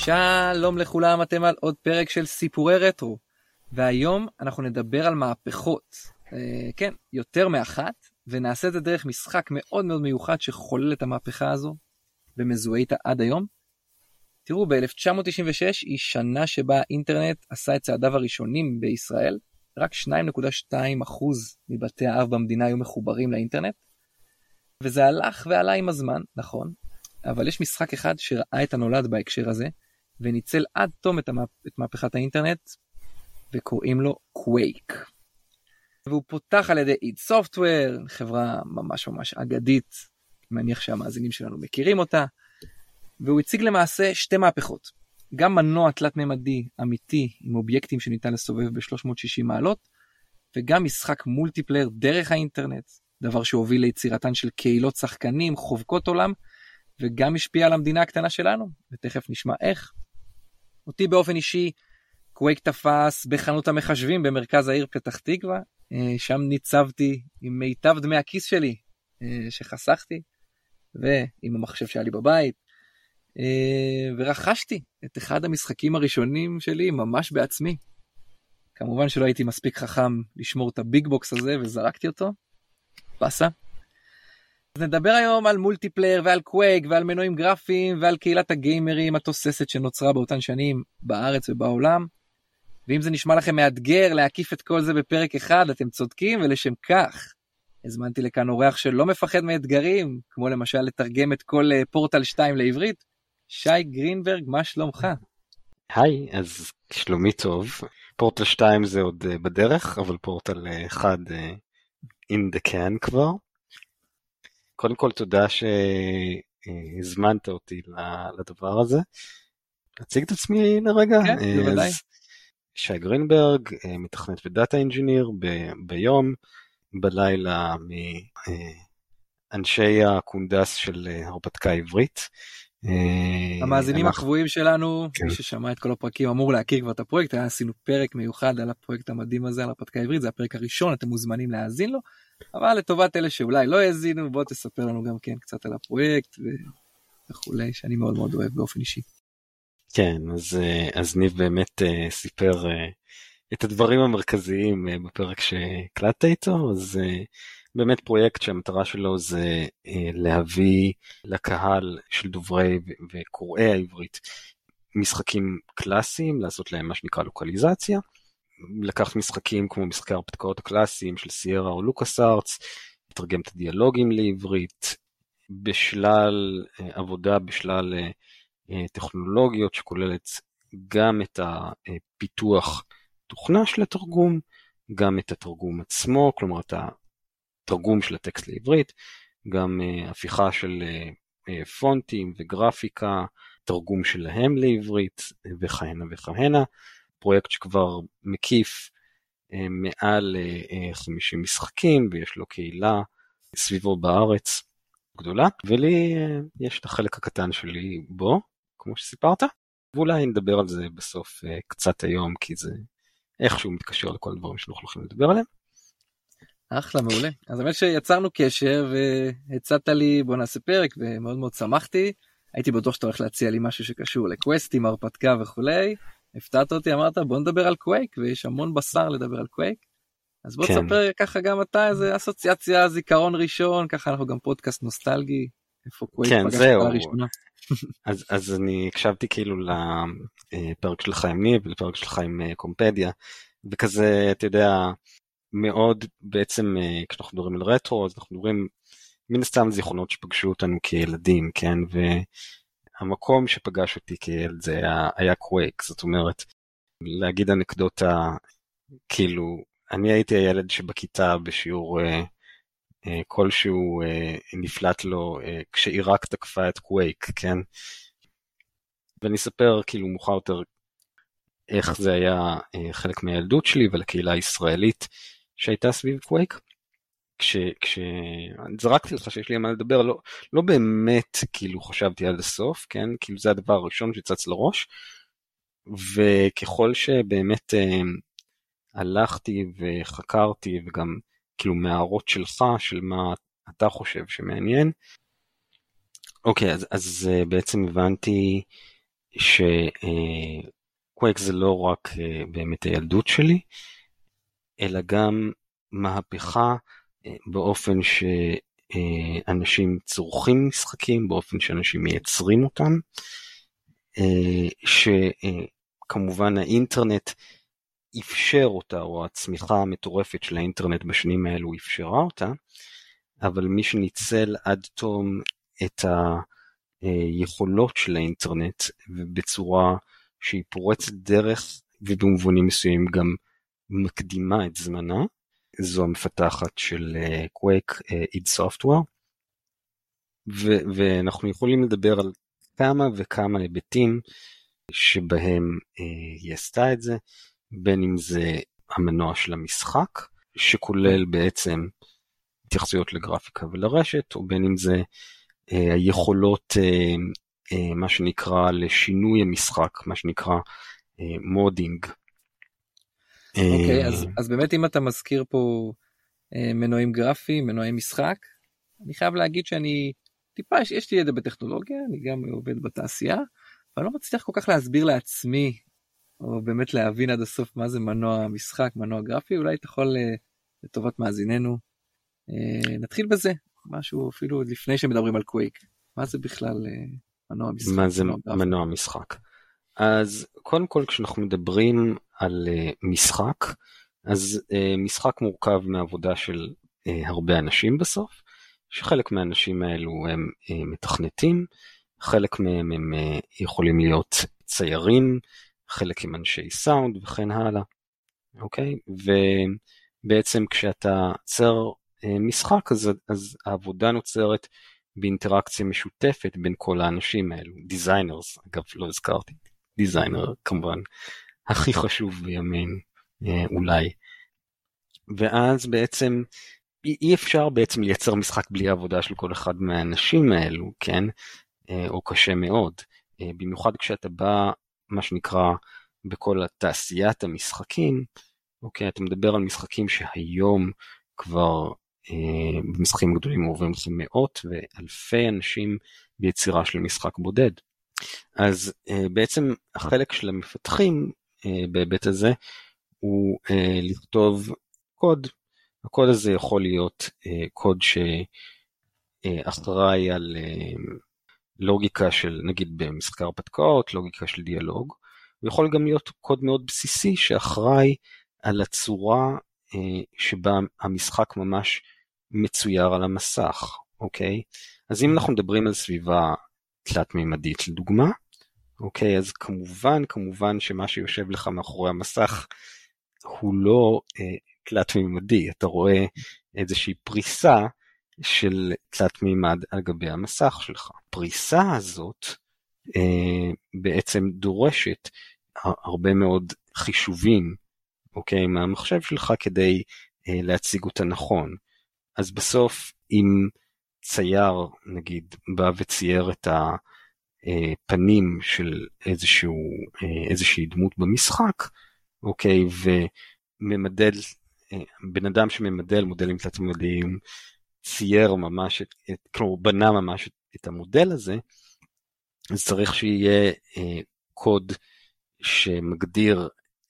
שלום לכולם, אתם על עוד פרק של סיפורי רטרו, והיום אנחנו נדבר על מהפכות, כן, יותר מאחת, ונעשה את זה דרך משחק מאוד מאוד מיוחד שחולל את המהפכה הזו, ומזוהה איתה עד היום. תראו, ב-1996 היא שנה שבה האינטרנט עשה את צעדיו הראשונים בישראל, רק 2.2% מבתי האב במדינה היו מחוברים לאינטרנט, וזה הלך ועלה עם הזמן, נכון, אבל יש משחק אחד שראה את הנולד בהקשר הזה, וניצל עד תום את מהפכת האינטרנט, וקוראים לו Quake. והוא פותח על ידי id Software, חברה ממש ממש אגדית, מניח שהמאזינים שלנו מכירים אותה, והוא הציג למעשה שתי מהפכות, גם מנוע תלת-ממדי אמיתי עם אובייקטים שניתן לסובב ב-360 מעלות, וגם משחק מולטיפלייר דרך האינטרנט, דבר שהוביל ליצירתן של קהילות שחקנים, חובקות עולם, וגם השפיע על המדינה הקטנה שלנו, ותכף נשמע איך. אותי באופן אישי, קווייק תפס בחנות המחשבים במרכז העיר פתח תקווה, שם ניצבתי עם מיטב דמי הכיס שלי, שחסכתי, ועם המחשב שהיה לי בבית, ורכשתי את אחד המשחקים הראשונים שלי ממש בעצמי. כמובן שלא הייתי מספיק חכם לשמור את הביג בוקס הזה, וזרקתי אותו. פסה. אז נדבר היום על מולטיפלייר ועל קווייק ועל מנועים גרפיים ועל קהילת הגיימרים התוססת שנוצרה באותן שנים בארץ ובעולם. ואם זה נשמע לכם מאתגר להקיף את כל זה בפרק אחד, אתם צודקים, ולשם כך הזמנתי לכאן אורח שלא מפחד מאתגרים, כמו למשל לתרגם את כל פורטל 2 לעברית. שי גרינברג, מה שלומך? היי, אז שלומי טוב. פורטל 2 זה עוד בדרך, אבל פורטל 1 in the can כבר. קודם כל תודה שהזמנת אותי לדבר הזה. אציג את עצמי לרגע. כן, בוודאי. שי גרינברג, מתכנת ודאטה אינג'יניר ביום, בלילה מאנשי הקונדס של הרפתקה העברית. המאזינים הקבועים שלנו, מי ששמע את כל הפרקים אמור להכיר כבר את הפרויקט, עשינו פרק מיוחד על הפרויקט המדהים הזה, על הרפתקה העברית, זה הפרק הראשון, אתם מוזמנים להאזין לו, אבל לטובת אלה שאולי לא האזינו, בוא תספר לנו גם כן קצת על הפרויקט וכולי, שאני מאוד מאוד אוהב באופן אישי. כן, אז ניב באמת סיפר את הדברים המרכזיים בפרק שהקלטת איתו, אז באמת פרויקט שהמטרה שלו זה להביא לקהל של דוברי וקוראי העברית משחקים קלאסיים, לעשות להם מה שנקרא לוקליזציה, לקחת משחקים כמו משחקי ההרפתקאות הקלאסיים של סיירה או לוקאס ארטס, לתרגם את הדיאלוגים לעברית, בשלל עבודה, בשלל טכנולוגיות שכוללת גם את הפיתוח תוכנה של התרגום, גם את התרגום עצמו, כלומר את התרגום של הטקסט לעברית, גם הפיכה של פונטים וגרפיקה, תרגום שלהם לעברית וכהנה וכהנה. פרויקט שכבר מקיף מעל 50 משחקים ויש לו קהילה סביבו בארץ גדולה, ולי יש את החלק הקטן שלי בו, כמו שסיפרת, ואולי נדבר על זה בסוף קצת היום, כי זה איכשהו מתקשר לכל הדברים שאנחנו הולכים לדבר עליהם. אחלה, מעולה. אז באמת שיצרנו קשר והצעת לי בוא נעשה פרק, ומאוד מאוד שמחתי, הייתי בטוח שאתה הולך להציע לי משהו שקשור לקווסטים, הרפתקה וכולי, הפתעת אותי, אמרת בוא נדבר על קווייק, ויש המון בשר לדבר על קווייק, אז בוא תספר ככה גם אתה איזה אסוציאציה, זיכרון ראשון, ככה אנחנו גם פודקאסט נוסטלגי, איפה קווייק פגש אותה לראשונה. אז אני הקשבתי כאילו לפרק שלך עם ניב, לפרק שלך עם קומפדיה, וכזה, אתה יודע, מאוד בעצם, כשאנחנו מדברים על רטרו, אז אנחנו מדברים מן הסתם זיכרונות שפגשו אותנו כילדים, כן, והמקום שפגש אותי כילד זה היה קווייק, זאת אומרת, להגיד אנקדוטה, כאילו, אני הייתי הילד שבכיתה בשיעור כלשהו נפלט לו כשעיראק תקפה את קווייק, כן? ואני אספר כאילו מאוחר יותר איך זה היה חלק מהילדות שלי ולקהילה הישראלית שהייתה סביב קווייק. כשזרקתי לך שיש לי מה לדבר, לא באמת כאילו חשבתי עד הסוף, כן? כאילו זה הדבר הראשון שצץ לראש, וככל שבאמת הלכתי וחקרתי וגם כאילו מהערות שלך, של מה אתה חושב שמעניין. אוקיי, אז בעצם הבנתי שקווייק זה לא רק באמת הילדות שלי, אלא גם מהפכה באופן שאנשים צורכים משחקים, באופן שאנשים מייצרים אותם, שכמובן האינטרנט אפשר אותה, או הצמיחה המטורפת של האינטרנט בשנים האלו אפשרה אותה, אבל מי שניצל עד תום את היכולות של האינטרנט, ובצורה שהיא פורצת דרך, ובמובנים מסוימים גם מקדימה את זמנה, זו המפתחת של קווייק, id Software, ואנחנו יכולים לדבר על כמה וכמה היבטים שבהם היא עשתה את זה, בין אם זה המנוע של המשחק, שכולל בעצם התייחסויות לגרפיקה ולרשת, או בין אם זה היכולות, מה שנקרא לשינוי המשחק, מה שנקרא מודינג. אוקיי, אז באמת אם אתה מזכיר פה מנועים גרפיים, מנועי משחק, אני חייב להגיד שאני טיפה, יש לי ידע בטכנולוגיה, אני גם עובד בתעשייה, אבל לא מצליח כל כך להסביר לעצמי, או באמת להבין עד הסוף מה זה מנוע משחק, מנוע גרפי. אולי אתה יכול לטובת מאזיננו, נתחיל בזה, משהו אפילו לפני שמדברים על קווייק. מה זה בכלל מנוע משחק? מה זה מנוע משחק? אז קודם כל כשאנחנו מדברים על משחק, אז משחק מורכב מעבודה של הרבה אנשים בסוף, שחלק מהאנשים האלו הם מתכנתים, חלק מהם הם יכולים להיות ציירים, חלק עם אנשי סאונד וכן הלאה, אוקיי? ובעצם כשאתה צייר משחק, אז העבודה נוצרת באינטראקציה משותפת בין כל האנשים האלו, דיזיינרס, אגב לא הזכרתי, דיזיינר כמובן הכי חשוב בימינו אולי, ואז בעצם אי אפשר בעצם לייצר משחק בלי העבודה של כל אחד מהאנשים האלו, כן? או קשה מאוד, במיוחד כשאתה בא מה שנקרא בכל תעשיית המשחקים, אוקיי, אתה מדבר על משחקים שהיום כבר במשחקים גדולים עוברים לכם מאות ואלפי אנשים ביצירה של משחק בודד. אז בעצם החלק של המפתחים בהיבט הזה הוא לכתוב קוד. הקוד הזה יכול להיות קוד שאחראי על לוגיקה של נגיד במשחקי הרפתקאות, לוגיקה של דיאלוג. הוא יכול גם להיות קוד מאוד בסיסי שאחראי על הצורה שבה המשחק ממש מצויר על המסך, אוקיי? אז אם אנחנו מדברים על סביבה תלת מימדית לדוגמה, אוקיי, אז כמובן שמה שיושב לך מאחורי המסך הוא לא תלת מימדי, אתה רואה איזושהי פריסה של תלת מימד על גבי המסך שלך. הפריסה הזאת בעצם דורשת הרבה מאוד חישובים, אוקיי, מהמחשב שלך כדי להציג אותה נכון. אז בסוף אם צייר נגיד בא וצייר את הפנים של איזושהי דמות במשחק, אוקיי, וממדל, בן אדם שממדל מודלים תלת-ממדיים, צייר ממש, כלומר בנה ממש את המודל הזה, אז צריך שיהיה קוד שמגדיר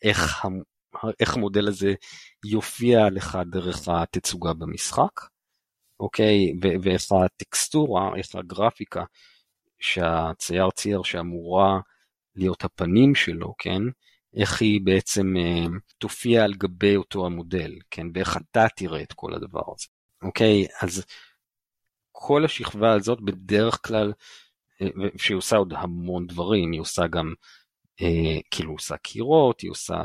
איך המודל הזה יופיע לך דרך התצוגה במשחק, אוקיי, ואיך הטקסטורה, איך הגרפיקה שהצייר צייר שאמורה להיות הפנים שלו, כן, איך היא בעצם תופיע על גבי אותו המודל, כן, ואיך אתה תראה את כל הדבר הזה, אוקיי, אז כל השכבה הזאת בדרך כלל, שהיא עושה עוד המון דברים, היא עושה גם, כאילו עושה קירות, היא עושה,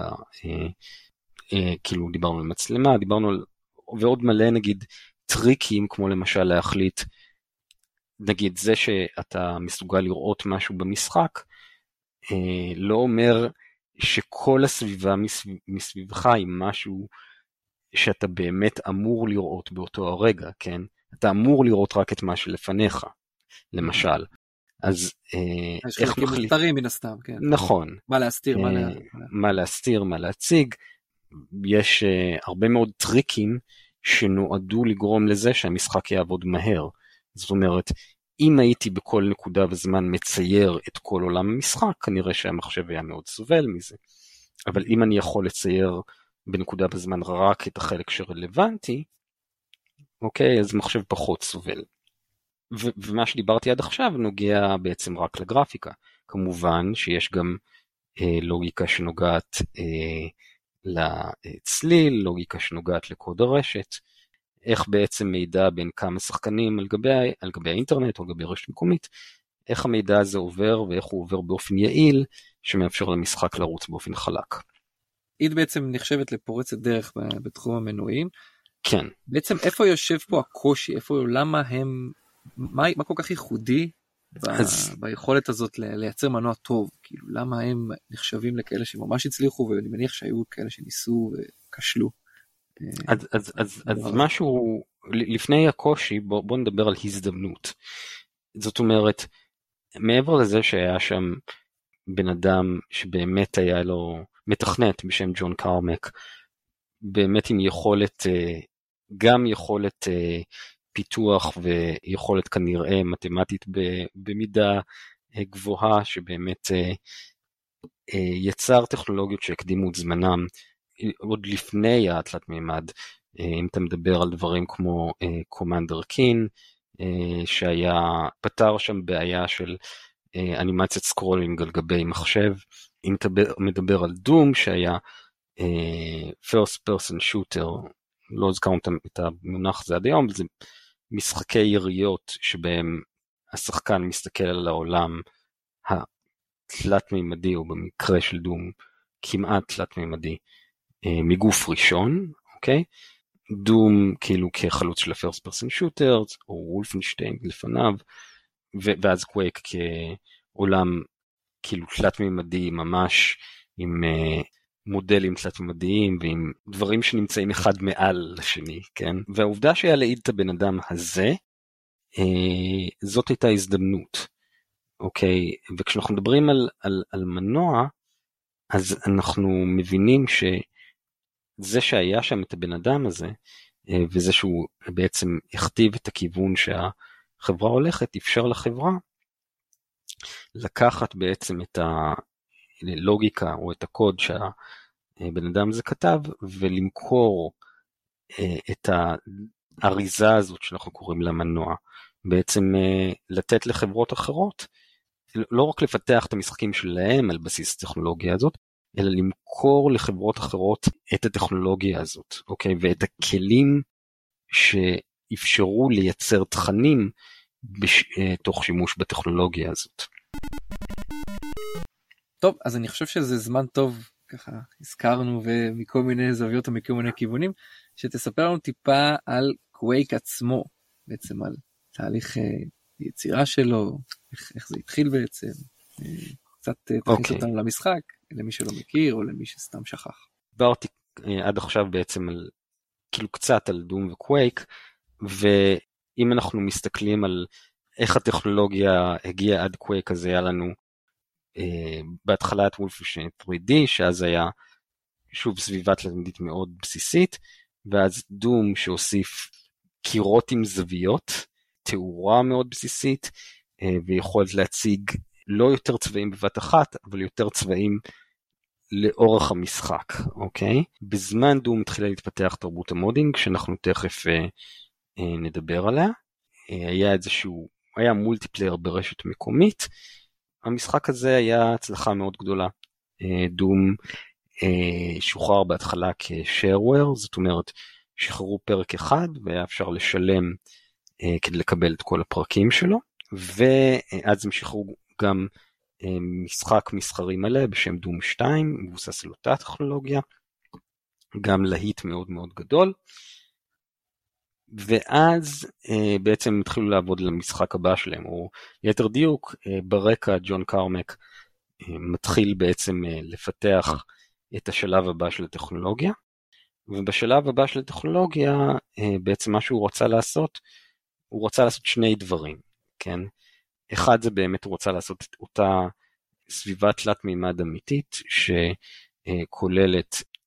כאילו דיברנו על מצלמה, דיברנו על, ועוד מלא נגיד טריקים, כמו למשל להחליט, נגיד זה שאתה מסוגל לראות משהו במשחק, לא אומר שכל הסביבה מסביבך היא משהו שאתה באמת אמור לראות באותו הרגע, כן? אתה אמור לראות רק את מה שלפניך, למשל. אז איך מחליט? מוסתרים מן הסתם, כן. נכון. מה להסתיר, מה להסתיר, מה להציג. יש הרבה מאוד טריקים שנועדו לגרום לזה שהמשחק יעבוד מהר. זאת אומרת, אם הייתי בכל נקודה בזמן מצייר את כל עולם המשחק, כנראה שהמחשב היה מאוד סובל מזה. אבל אם אני יכול לצייר בנקודה בזמן רק את החלק שרלוונטי, אוקיי, אז מחשב פחות סובל. ומה שדיברתי עד עכשיו נוגע בעצם רק לגרפיקה. כמובן שיש גם לוגיקה שנוגעת לצליל, לוגיקה שנוגעת לקוד הרשת, איך בעצם מידע בין כמה שחקנים על גבי האינטרנט או על גבי רשת מקומית, איך המידע הזה עובר ואיך הוא עובר באופן יעיל, שמאפשר למשחק לרוץ באופן חלק. היא בעצם נחשבת לפורצת דרך בתחום המנויים. כן. בעצם איפה יושב פה הקושי? למה הם, מה כל כך ייחודי ביכולת הזאת לייצר מנוע טוב? כאילו, למה הם נחשבים לכאלה שממש הצליחו, ואני מניח שהיו כאלה שניסו וכשלו. אז משהו, לפני הקושי, בוא נדבר על הזדמנות. זאת אומרת, מעבר לזה שהיה שם בן אדם שבאמת היה לו מתכנת בשם ג'ון קרמק, באמת עם יכולת, גם יכולת פיתוח ויכולת כנראה מתמטית במידה גבוהה, שבאמת יצר טכנולוגיות שהקדימו את זמנם עוד לפני התלת מימד. אם אתה מדבר על דברים כמו קומנדר קין, שהיה פתר שם בעיה של אנימציית סקרולינג על גבי מחשב. אם אתה מדבר על דום, שהיה first person shooter, לא הזכרנו את המונח הזה עד היום, זה משחקי יריות שבהם השחקן מסתכל על העולם התלת מימדי, או במקרה של דום כמעט תלת מימדי, מגוף ראשון, אוקיי? דום כאילו כחלוץ של ה-first person shooters, או וולפנשטיין לפניו, ואז קווייק כעולם כאילו תלת מימדי ממש, עם מודלים תלת מימדיים, ועם דברים שנמצאים אחד מעל לשני, כן? והעובדה שהיה להעיד את הבן אדם הזה, זאת הייתה הזדמנות, אוקיי? וכשאנחנו מדברים על מנוע, אז אנחנו מבינים שזה שהיה שם את הבן אדם הזה, וזה שהוא בעצם הכתיב את הכיוון שהחברה הולכת, אפשר לחברה לקחת בעצם את הלוגיקה או את הקוד שהבן אדם הזה כתב, ולמכור את האריזה הזאת שאנחנו קוראים לה מנוע, בעצם לתת לחברות אחרות, לא רק לפתח את המשחקים שלהם על בסיס הטכנולוגיה הזאת, אלא למכור לחברות אחרות את הטכנולוגיה הזאת, אוקיי? ואת הכלים שאפשרו לייצר תכנים תוך שימוש בטכנולוגיה הזאת. טוב, אז אני חושב שזה זמן טוב, ככה הזכרנו ומכל מיני זוויות ומכל מיני כיוונים, שתספר לנו טיפה על קווייק עצמו, בעצם על תהליך יצירה שלו, איך זה התחיל בעצם, קצת תכניס אותנו למשחק, למי שלא מכיר או למי שסתם שכח. דיברתי עד עכשיו בעצם על, כאילו קצת על דום וקווייק, ואם אנחנו מסתכלים על איך הטכנולוגיה הגיעה עד קווייק, אז היה לנו בהתחלה את וולפנשטיין 3D, שאז היה שוב סביבה תלת-מימדית מאוד בסיסית, ואז דום שהוסיף קירות עם זוויות, תאורה מאוד בסיסית, ויכולת להציג לא יותר צבעים בבת אחת, אבל יותר צבעים לאורך המשחק, אוקיי? בזמן דום התחילה להתפתח תרבות המודינג, שאנחנו תכף נדבר עליה. היה מולטיפלייר ברשת מקומית, המשחק הזה היה הצלחה מאוד גדולה. דום שוחרר בהתחלה כשארוור, זאת אומרת, שחררו פרק אחד, והיה אפשר לשלם כדי לקבל את כל הפרקים שלו, ואז הם שחררו גם משחק מסחרי מלא בשם דום 2, מבוסס על אותה טכנולוגיה, גם להיט מאוד מאוד גדול, ואז בעצם התחילו לעבוד למשחק הבא שלהם, או ליתר דיוק, ברקע ג'ון קרמק מתחיל בעצם לפתח את השלב הבא של הטכנולוגיה, ובשלב הבא של הטכנולוגיה בעצם מה שהוא רצה לעשות, הוא רצה לעשות שני דברים, כן? אחד זה באמת הוא רצה לעשות את אותה סביבה תלת מימד אמיתית,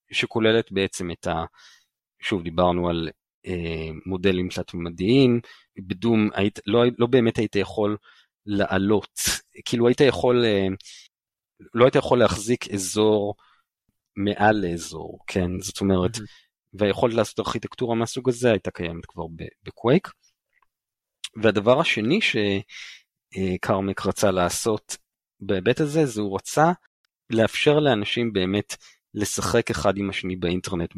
שכוללת בעצם את שוב דיברנו על מודלים תלת מימדיים, בדום לא באמת היית יכול לעלות, כאילו לא היית יכול להחזיק אזור מעל לאזור, כן, זאת אומרת, והיכולת לעשות ארכיטקטורה מהסוג הזה הייתה קיימת כבר בקווייק. והדבר השני שקרמק רצה לעשות בהיבט הזה, זה הוא רצה לאפשר לאנשים באמת לשחק אחד עם השני באינטרנט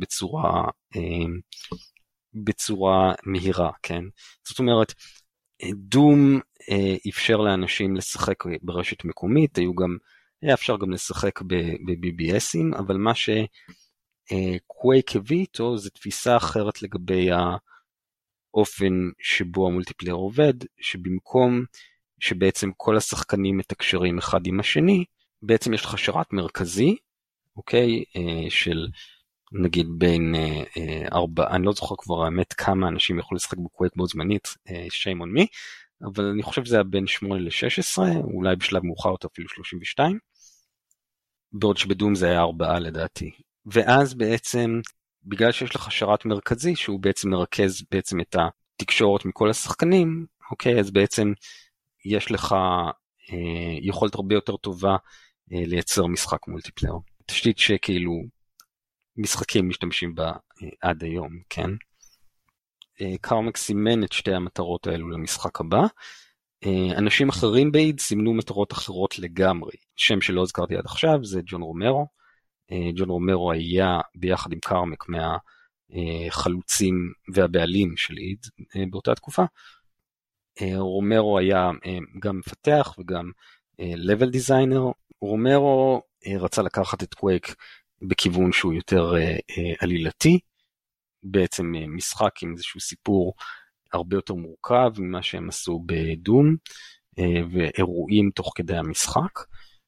בצורה מהירה, כן? זאת אומרת, דום אפשר לאנשים לשחק ברשת מקומית, היה אפשר גם לשחק ב-BBSים, אבל מה שקווייק הביא איתו זה תפיסה אחרת לגבי האופן שבו המולטיפלייר עובד, שבמקום שבעצם כל השחקנים מתקשרים אחד עם השני, בעצם יש לך שרת מרכזי, אוקיי, של נגיד בין 4, אני לא זוכר כבר האמת כמה אנשים יכולו לשחק בקווייק בו זמנית, shame on me, אבל אני חושב שזה היה בין 8 ל-16, אולי בשלב מאוחר יותר אפילו 32, בעוד שבדום זה היה 4 לדעתי. ואז בעצם, בגלל שיש לך שרת מרכזי, שהוא בעצם מרכז בעצם את התקשורת מכל השחקנים, אוקיי, אז בעצם יש לך יכולת הרבה יותר טובה לייצר משחק מולטיפלייר. תשתית שכאילו משחקים משתמשים בה עד היום, כן? קרמק סימן את שתי המטרות האלו למשחק הבא. אנשים אחרים באיד סימנו מטרות אחרות לגמרי. שם שלא הזכרתי עד עכשיו זה ג'ון רומרו. ג'ון רומרו היה ביחד עם קרמק מהחלוצים והבעלים של איד באותה תקופה. רומרו היה גם מפתח וגם level designer. רומרו רצה לקחת את קווייק בכיוון שהוא יותר עלילתי, בעצם משחק עם איזשהו סיפור הרבה יותר מורכב ממה שהם עשו בדום, ואירועים תוך כדי המשחק.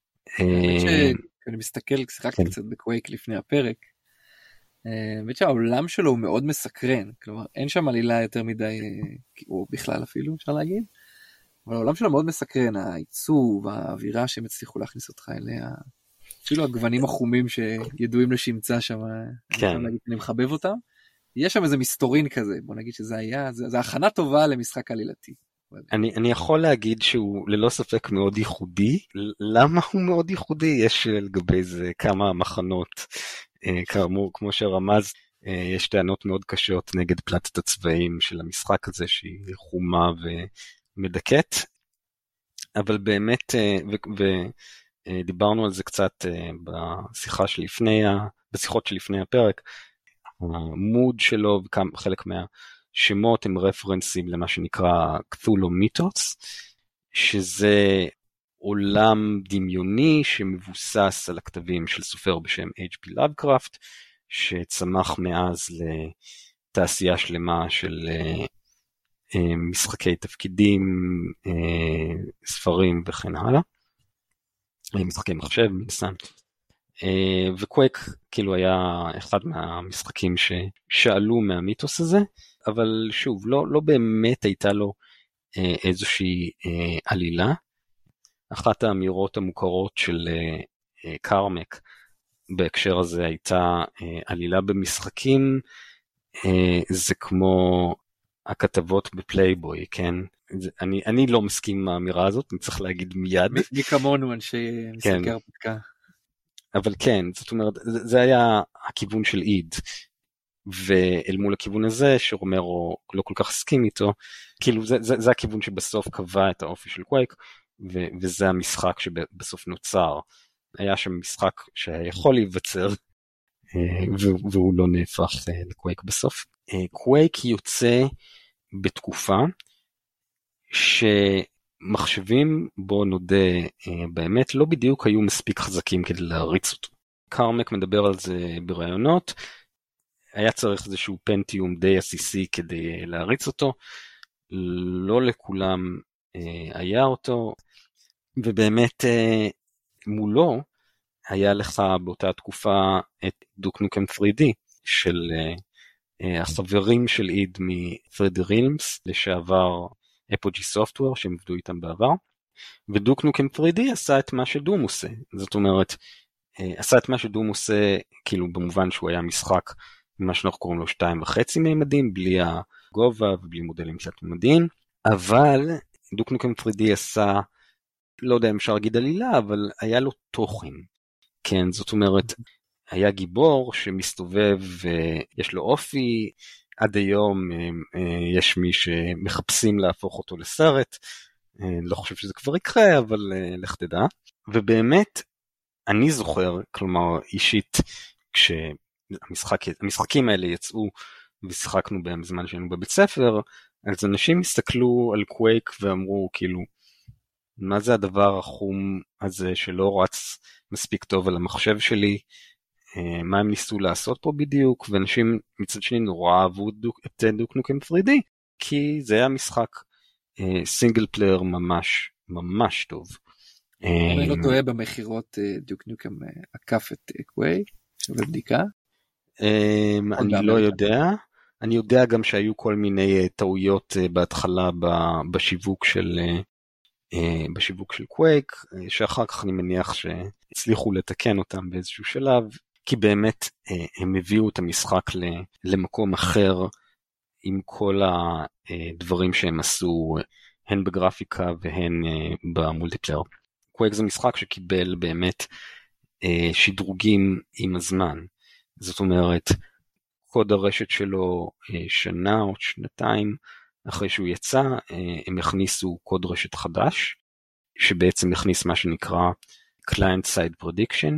אני מסתכל, שיחקתי קצת בקווייק לפני הפרק, באמת שהעולם שלו הוא מאוד מסקרן, כלומר אין שם עלילה יותר מדי, או בכלל אפילו אפשר להגיד, אבל העולם שלו מאוד מסקרן, העיצוב, האווירה שהם הצליחו להכניס אותך אליה, אפילו הגוונים החומים שידועים לשמצה שם, אני מחבב אותם, יש שם איזה מסתורין כזה, בוא נגיד שזה היה, זה הכנה טובה למשחק עלילתי. אני יכול להגיד שהוא ללא ספק מאוד ייחודי. למה הוא מאוד ייחודי? יש לגבי זה כמה מחנות, כאמור, כמו שרמז, יש טענות מאוד קשות נגד פלטת הצבעים של המשחק הזה, שהיא חומה ומדכאת, אבל באמת, ודיברנו על זה קצת בשיחות שלפני הפרק, המוד שלו וחלק מהשמות הם רפרנסים למה שנקרא קתולו מיתוס, שזה עולם דמיוני שמבוסס על הכתבים של סופר בשם H.P. Lovecraft, שצמח מאז לתעשייה שלמה של משחקי תפקידים, ספרים וכן הלאה, משחקי מחשב מנסן. וקווייק כאילו היה אחד מהמשחקים ששאלו מהמיתוס הזה, אבל שוב, לא באמת הייתה לו איזושהי עלילה. אחת האמירות המוכרות של קרמק בהקשר הזה הייתה עלילה במשחקים, זה כמו הכתבות בפלייבוי, כן? אני לא מסכים עם האמירה הזאת, אני צריך להגיד מיד. מי כמונו אנשי משחקי הרפתקה. אבל כן, זאת אומרת, זה היה הכיוון של איד, ואל מול הכיוון הזה, שרומרו לא כל כך הסכים איתו, כאילו זה הכיוון שבסוף קבע את האופי של קווייק, וזה המשחק שבסוף נוצר. היה שם משחק שיכול להיווצר, והוא לא נהפך לקווייק בסוף. קווייק יוצא בתקופה שמחשבים, בו נודה באמת, לא בדיוק היו מספיק חזקים כדי להריץ אותו. קרמק מדבר על זה ברעיונות, היה צריך איזשהו פנטיום די עסיסי כדי להריץ אותו, לא לכולם היה אותו, ובאמת מולו היה לך באותה תקופה את דוק נוקם 3D של החברים של איד מ-3D Realms לשעבר אפוג'י סופטוור שהם עבדו איתם בעבר, ודוק נוקם 3D עשה את מה שדום עושה, זאת אומרת עשה את מה שדום עושה כאילו במובן שהוא היה משחק מה שאנחנו קוראים לו 2.5 מימדים בלי גובה ובלי מודלים תלת-ממדיים, אבל דוק נוקם 3D עשה, לא יודע אם אפשר להגיד עלילה, אבל היה לו תוכן. כן, זאת אומרת, היה גיבור שמסתובב ויש לו אופי, עד היום יש מי שמחפשים להפוך אותו לסרט, לא חושב שזה כבר יקרה, אבל לך תדע. ובאמת, אני זוכר, כלומר אישית, כשהמשחקים האלה יצאו ושיחקנו בהם בזמן שהיינו בבית ספר, אז אנשים הסתכלו על קווייק ואמרו כאילו, מה זה הדבר החום הזה שלא רץ מספיק טוב על המחשב שלי, מה הם ניסו לעשות פה בדיוק, ואנשים מצד שני נורא אהבו את דוק נוקם 3D, כי זה היה משחק סינגל פלייר ממש ממש טוב. אני לא טועה במחירות דוק נוקם עקף את קווייק, שווה בדיקה. אני לא יודע, אני יודע גם שהיו כל מיני טעויות בהתחלה בשיווק של קווייק, שאחר כך אני מניח שהצליחו לתקן אותם באיזשהו שלב, כי באמת הם הביאו את המשחק למקום אחר, עם כל הדברים שהם עשו, הן בגרפיקה והן במולטיפלייר. קווייק זה משחק שקיבל באמת שדרוגים עם הזמן. זאת אומרת, קוד הרשת שלו שנה או שנתיים אחרי שהוא יצא, הם הכניסו קוד רשת חדש, שבעצם הכניס מה שנקרא Client Side Prediction,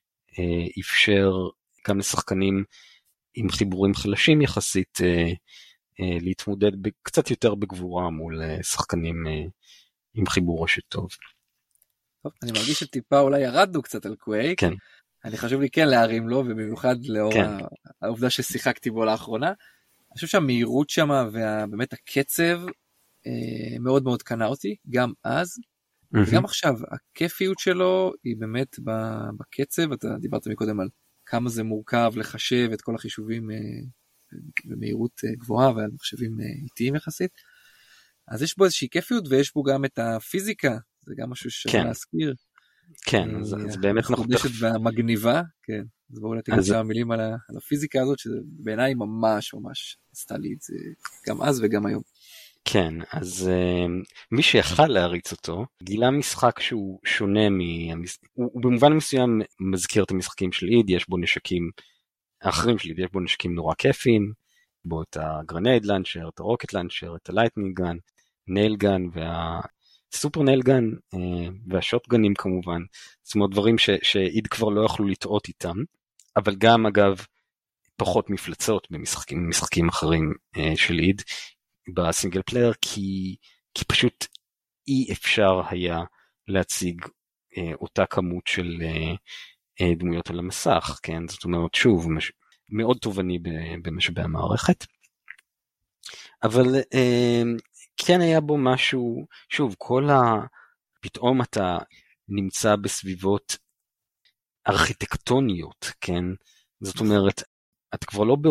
אפשר גם לשחקנים עם חיבורים חלשים יחסית, להתמודד קצת יותר בגבורה מול שחקנים עם חיבור רשת טוב. טוב, אני מרגיש שטיפה אולי ירדנו קצת על קווייק, כן. אני חשוב לי כן להרים לו, ובמיוחד לאור כן. העובדה ששיחקתי בו לאחרונה, אני חושב שהמהירות שם, ובאמת הקצב, מאוד מאוד קנה אותי, גם אז, וגם עכשיו, הכיפיות שלו, היא באמת בקצב, אתה דיברת מקודם על כמה זה מורכב לחשב את כל החישובים, במהירות גבוהה, ועל מחשבים איטיים יחסית, אז יש בו איזושהי כיפיות, ויש בו גם את הפיזיקה, זה גם משהו ששווה להזכיר. כן, אז באמת מחודשת והמגניבה, כן. אז בואו נתן כמה מילים על הפיזיקה הזאת, שבעיניי ממש ממש עשתה לי את זה גם אז וגם היום. כן, אז מי שיכל להריץ אותו, גילה משחק שהוא שונה, הוא במובן מסוים מזכיר את המשחקים של איד, יש בו נשקים האחרים של איד, יש בו נשקים נורא כיפים, בו את הגרנייד לנצ'ר, את הרוקט לנצ'ר, את הלייטנינג גן, נייל גן סופר נייל גן והשוטגנים כמובן, זאת אומרת דברים שאיד כבר לא יכלו לטעות איתם, אבל גם אגב פחות מפלצות במשחקים אחרים של איד בסינגל פלייר, כי פשוט אי אפשר היה להציג אותה כמות של דמויות על המסך, כן? זאת אומרת שוב, מאוד תובעני במשאבי המערכת, אבל כן היה בו משהו, שוב, פתאום אתה נמצא בסביבות ארכיטקטוניות, כן? זאת אומרת, את כבר לא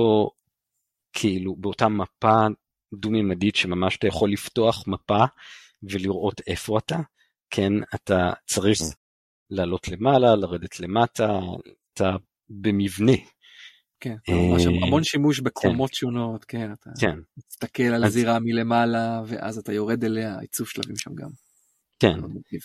באותה מפה דו-ממדית שממש אתה יכול לפתוח מפה ולראות איפה אתה, כן? אתה צריך לעלות למעלה, לרדת למטה, אתה במבנה. כן, ממש המון שימוש בקומות שונות, כן, אתה מסתכל על הזירה מלמעלה, ואז אתה יורד אליה, עיצוב שלבים שם גם. כן,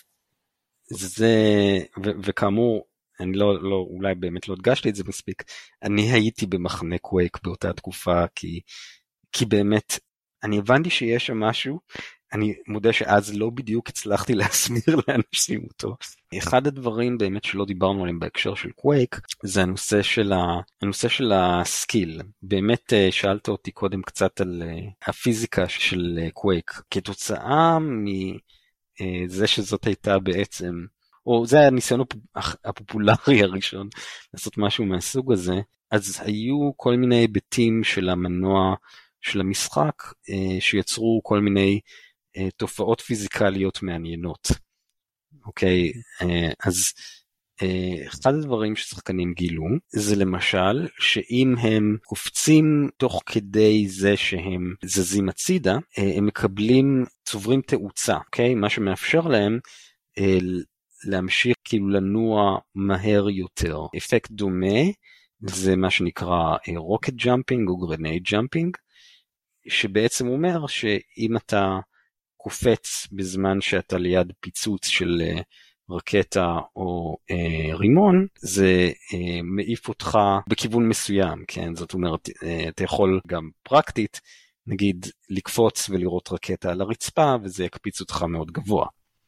וכאמור, אני אולי באמת לא הדגשתי את זה מספיק, אני הייתי במחנה קווייק באותה תקופה, כי באמת, אני הבנתי שיש שם משהו, אני מודה שאז לא בדיוק הצלחתי להסביר לאנשים אותו. אחד הדברים באמת שלא דיברנו עליהם בהקשר של קווייק, זה הנושא של הסקיל. באמת שאלת אותי קודם קצת על הפיזיקה של קווייק, כתוצאה מזה שזאת הייתה בעצם, או זה היה הניסיון הפופולרי הראשון, לעשות משהו מהסוג הזה, אז היו כל מיני היבטים של המנוע של המשחק, שיצרו כל מיני תופעות פיזיקליות מעניינות. אוקיי, אז אחד הדברים ששחקנים גילו, זה למשל, שאם הם קופצים תוך כדי זה שהם זזים הצידה, הם צוברים תאוצה, אוקיי? מה שמאפשר להם להמשיך כאילו לנוע מהר יותר. אפקט דומה, זה מה שנקרא רוקט ג'אמפינג או גרנייד ג'אמפינג, שבעצם אומר שאם אתה קופץ בזמן שאתה ליד פיצוץ של רקטה או רימון, זה מעיף אותך בכיוון מסוים, כן? זאת אומרת, אתה יכול גם פרקטית, נגיד, לקפוץ ולראות רקטה על הרצפה, וזה יקפיץ אותך מאוד גבוה.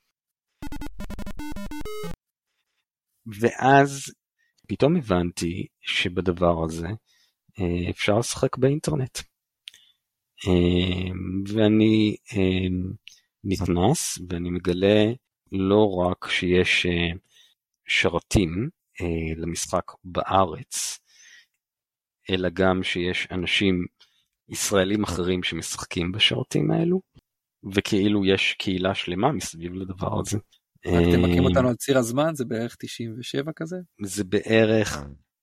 ואז פתאום הבנתי שבדבר הזה אפשר לשחק באינטרנט. ואני נכנס ואני מגלה לא רק שיש שרתים למשחק בארץ, אלא גם שיש אנשים ישראלים אחרים שמשחקים בשרתים האלו, וכאילו יש קהילה שלמה מסביב לדבר הזה. רק תמקם אותנו על ציר הזמן, זה בערך 97 כזה? זה בערך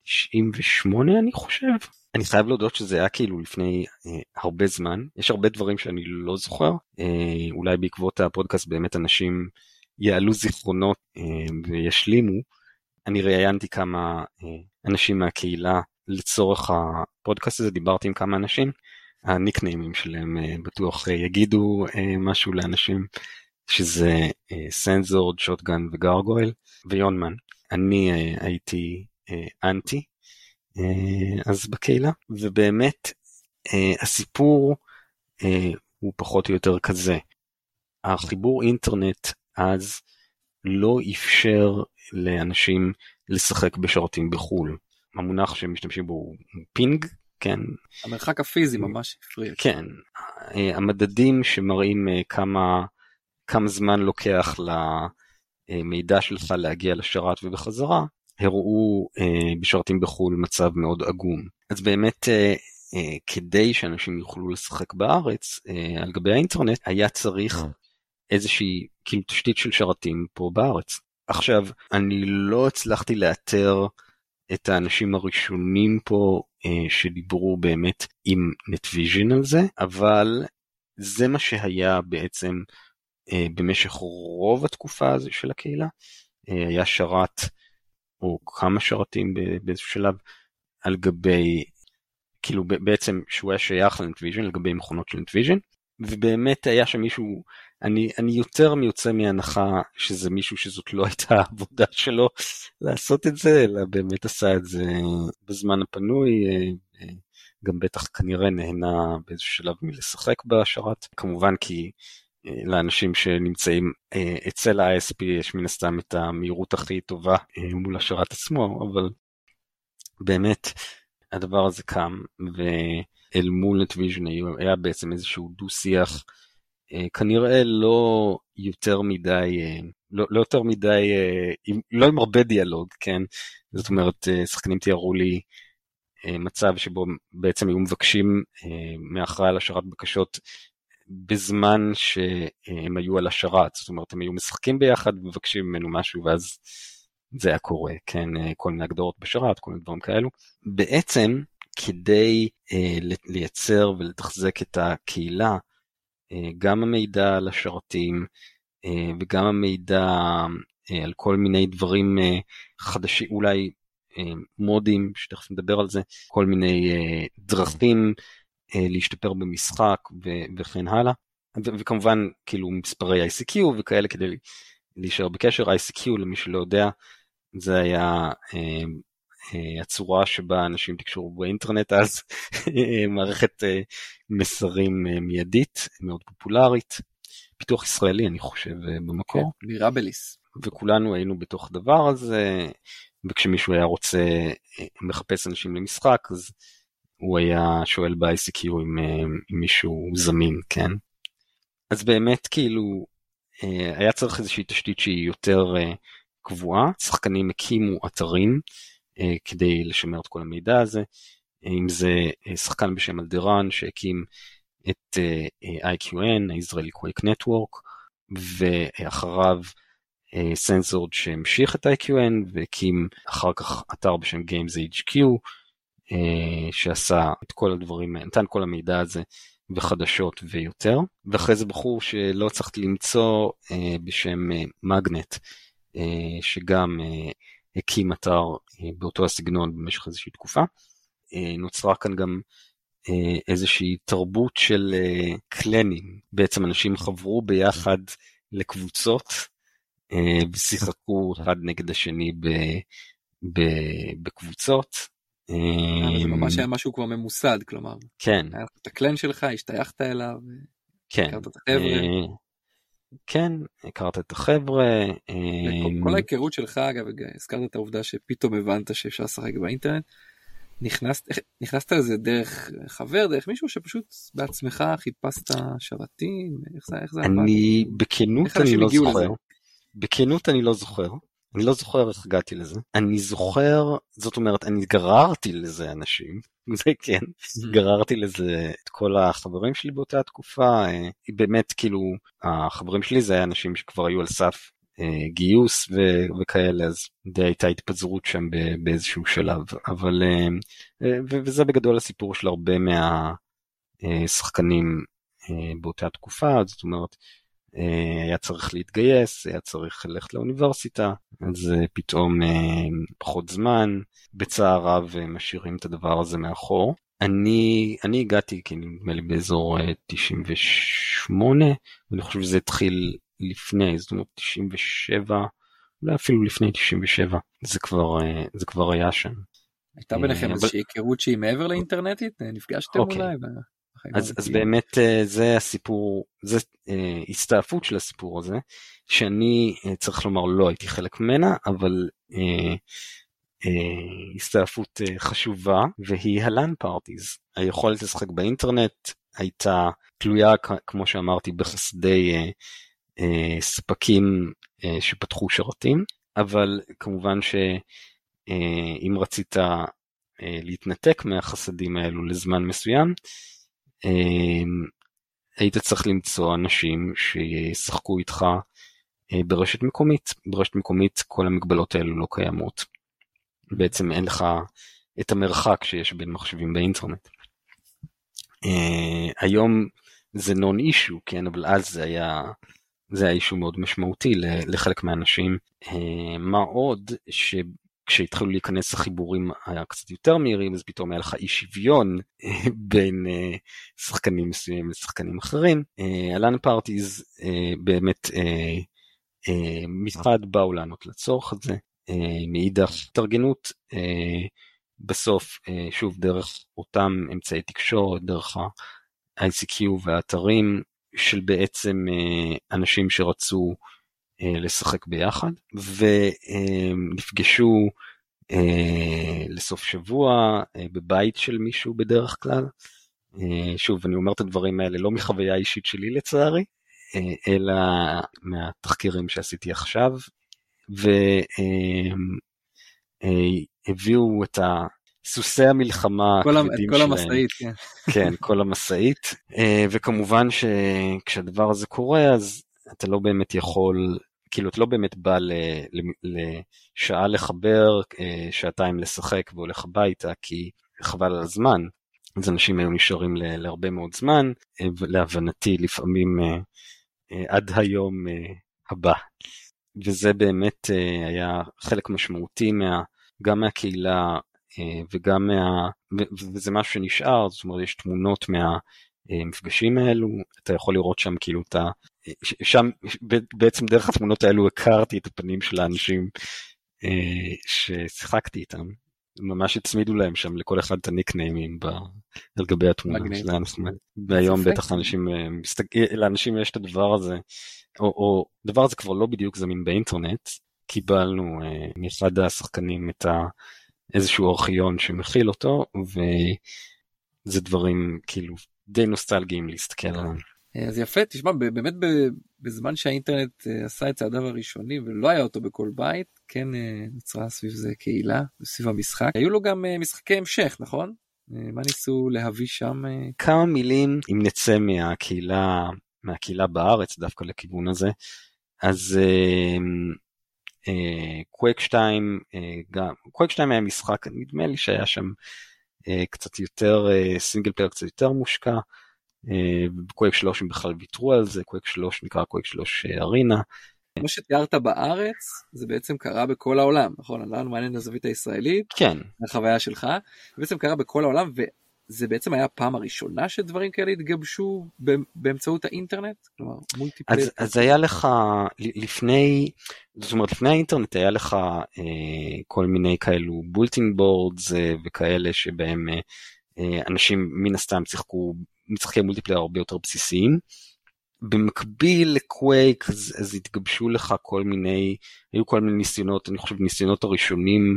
98 אני חושב. אני חייב להודות שזה היה כאילו לפני הרבה זמן, יש הרבה דברים שאני לא זוכר, אולי בעקבות הפודקאסט באמת אנשים יעלו זיכרונות וישלימו. אני ראיינתי כמה אנשים מהקהילה לצורך הפודקאסט הזה, דיברתי עם כמה אנשים, הניקניימים שלהם בטוח יגידו משהו לאנשים, שזה סנזורד, שוטגן וגרגויל ויונמן. אני הייתי אנטי, אז בקהילה, ובאמת הסיפור הוא פחות או יותר כזה. החיבור אינטרנט אז לא אפשר לאנשים לשחק בשרתים בחול. המונח שהם משתמשים בו הוא פינג, כן. המרחק הפיזי ממש הפריע. כן. המדדים שמראים כמה זמן לוקח למידע שלך להגיע לשרת ובחזרה, הראו בשרתים בחול מצב מאוד עגום. אז באמת כדי שאנשים יוכלו לשחק בארץ על גבי האינטרנט, היה צריך איזושהי כאילו תשתית של שרתים פה בארץ. עכשיו, אני לא הצלחתי לאתר את האנשים הראשונים פה שדיברו באמת עם NetVision על זה, אבל זה מה שהיה בעצם במשך רוב התקופה הזו של הקהילה. היה שרת או כמה שרתים באיזשהו שלב על גבי, כאילו בעצם שהוא היה שייך ל-NetVision, לגבי מכונות של NetVision, ובאמת היה שם מישהו, אני יותר מיוצא מהנחה שזה מישהו שזאת לא הייתה העבודה שלו לעשות את זה, אלא באמת עשה את זה בזמן הפנוי, גם בטח כנראה נהנה באיזשהו שלב מלשחק בשרת, כמובן כי לאנשים שנמצאים אצל ה-ISP יש מן הסתם את המהירות הכי טובה מול השרת עצמו, אבל באמת הדבר הזה קם, ואל מול NetVision היה בעצם איזשהו דו-שיח, כנראה לא יותר מדי, לא יותר מדי, לא עם הרבה דיאלוג, כן? זאת אומרת, שחקנים תיארו לי מצב שבו בעצם היו מבקשים מאחראי על השרת בקשות, בזמן שהם היו על השרת, זאת אומרת, הם היו משחקים ביחד ומבקשים ממנו משהו, ואז זה היה קורה, כן, כל מיני הגדרות בשרת, כל מיני דברים כאלו. בעצם, כדי לייצר ולתחזק את הקהילה, גם המידע על השרתים, וגם המידע על כל מיני דברים חדשים, אולי מודים, שתכף נדבר על זה, כל מיני דרכים, להשתפר במשחק וכן הלאה, וכמובן כאילו מספרי ICQ וכאלה כדי להישאר בקשר. ICQ למי שלא יודע, זה היה הצורה שבה אנשים תקשורו באינטרנט, אז מערכת מסרים מיידית, מאוד פופולרית, פיתוח ישראלי אני חושב במקור. מירבליס. וכולנו היינו בתוך דבר הזה, וכשמישהו היה רוצה, מחפש אנשים למשחק, אז הוא היה שואל ב-ICQ אם מישהו זמין, כן? אז באמת כאילו היה צריך איזושהי תשתית שהיא יותר קבועה, שחקנים הקימו אתרים כדי לשמר את כל המידע הזה, אם זה שחקן בשם אלדרן שהקים את IQN, ה-Israeli Quake Network, ואחריו סנסורד שהמשיך את IQN והקים אחר כך אתר בשם Games HQ, שעשה את כל הדברים, נתן כל המידע הזה וחדשות ויותר, ואחרי זה בחור שלא צריכתי למצוא בשם מגנט, שגם הקים אתר באותו הסגנון במשך איזושהי תקופה. נוצרה כאן גם איזושהי תרבות של קלנים. בעצם אנשים חברו ביחד לקבוצות, ושיחקו אחד נגד השני בקבוצות. זה ממש היה משהו כבר ממוסד, כלומר. כן. היה את הקלן שלך, השתייכת אליו, כן. הכרת את החבר'ה. כן, הכרת את החבר'ה. כל ההיכרות שלך, אגב, הזכרת את העובדה שפתאום הבנת שאפשר לשחק באינטרנט, נכנסת לזה דרך חבר, דרך מישהו שפשוט בעצמך חיפשת שרתים, איך זה עבד? אני בכנות אני לא זוכר. בכנות אני לא זוכר. אני לא זוכר איך הגעתי לזה. אני זוכר, זאת אומרת, אני גררתי לזה אנשים, זה כן, גררתי לזה את כל החברים שלי באותה תקופה, באמת כאילו, החברים שלי זה היה אנשים שכבר היו על סף גיוס וכאלה, אז די הייתה התפזרות שם באיזשהו שלב, אבל, וזה בגדול הסיפור של הרבה מהשחקנים באותה תקופה, זאת אומרת, היה צריך להתגייס, היה צריך ללכת לאוניברסיטה, אז פתאום פחות זמן, בצער רב משאירים את הדבר הזה מאחור. אני הגעתי, כי נדמה לי באזור 98, ואני חושב שזה התחיל לפני, זאת אומרת 97, אולי אפילו לפני 97, זה כבר היה שם. הייתה ביניכם איזושהי היכרות שהיא מעבר לאינטרנטית? נפגשתם אולי? אז באמת זה הסיפור, זה הסתעפות של הסיפור הזה, שאני צריך לומר לא הייתי חלק ממנה, אבל הסתעפות חשובה, והיא הלאן פארטיז. היכולת לשחק באינטרנט הייתה תלויה, כמו שאמרתי, בחסדי ספקים שפתחו שרתים, אבל כמובן שאם רצית להתנתק מהחסדים האלו לזמן מסוים, היית צריך למצוא אנשים שישחקו איתך ברשת מקומית. ברשת מקומית כל המגבלות האלו לא קיימות. בעצם אין לך את המרחק שיש בין מחשבים באינטרנט. היום זה נון אישו, כן, אבל אז זה היה אישו מאוד משמעותי לחלק מהאנשים. מה עוד כשהתחילו להיכנס החיבורים היה קצת יותר מהירים, אז פתאום היה לך אי שוויון בין שחקנים מסוימים לשחקנים אחרים. הלאן פארטיז באמת מצד באו לענות לצורך הזה, מאידך התארגנות בסוף שוב דרך אותם אמצעי תקשורת, דרך ה-ICQ והאתרים של בעצם אנשים שרצו לשחק ביחד, ונפגשו לסוף שבוע בבית של מישהו בדרך כלל. שוב, אני אומר את הדברים האלה לא מחוויה אישית שלי לצערי, אלא מהתחקירים שעשיתי עכשיו, והביאו את סוסי המלחמה הכבדים שלהם. כל המסעית, כן. כן, כל המסעית, וכמובן שכשהדבר הזה קורה, אז אתה לא באמת יכול, כאילו אתה לא באמת בא לשעה לחבר, שעתיים לשחק והולך הביתה, כי חבל על הזמן. אז אנשים היו נשארים להרבה מאוד זמן, ולהבנתי לפעמים עד היום הבא. וזה באמת היה חלק משמעותי גם מהקהילה, וגם וזה משהו שנשאר, זאת אומרת יש תמונות מהמפגשים האלו, אתה יכול לראות שם כאילו שם בעצם דרך התמונות האלו הכרתי את הפנים של האנשים ששיחקתי איתם, ממש הצמידו להם שם לכל אחד את הניקניימים על גבי התמונה, שזה היה נחמד. והיום בטח לאנשים יש את הדבר הזה, או דבר הזה כבר לא בדיוק זמין באינטרנט, קיבלנו מאחד השחקנים את איזשהו ארכיון שמכיל אותו, וזה דברים כאילו די נוסטלגיים להסתכל עליהם. אז יפה, תשמע, באמת בזמן שהאינטרנט עשה את צעדיו הראשונים, ולא היה אותו בכל בית, כן נוצרה סביב זה קהילה, סביב המשחק. היו לו גם משחקי המשך, נכון? מה ניסו להביא שם? כמה מילים, אם נצא מהקהילה בארץ, דווקא לכיוון הזה, אז קווייק 2, קווייק 2 היה משחק, נדמה לי שהיה שם קצת יותר, סינגל פלייר קצת יותר מושקע, בקווייק 3 הם בכלל ויתרו על זה, קווייק 3 נקרא קווייק 3 ארינה. כמו שתיארת בארץ, זה בעצם קרה בכל העולם, נכון? לנו מעניין הזווית הישראלית, כן. החוויה שלך, זה בעצם קרה בכל העולם, זה בעצם היה הפעם הראשונה שדברים כאלה התגבשו באמצעות האינטרנט? כלומר, מולטיפלייר. אז היה לך, לפני, זאת אומרת, לפני האינטרנט היה לך כל מיני כאלו בולטינג בורדס וכאלה שבהם אנשים מן הסתם שיחקו משחקי מולטיפלייר הרבה יותר בסיסיים. במקביל לקווייק אז התגבשו לך היו כל מיני ניסיונות, אני חושב ניסיונות הראשונים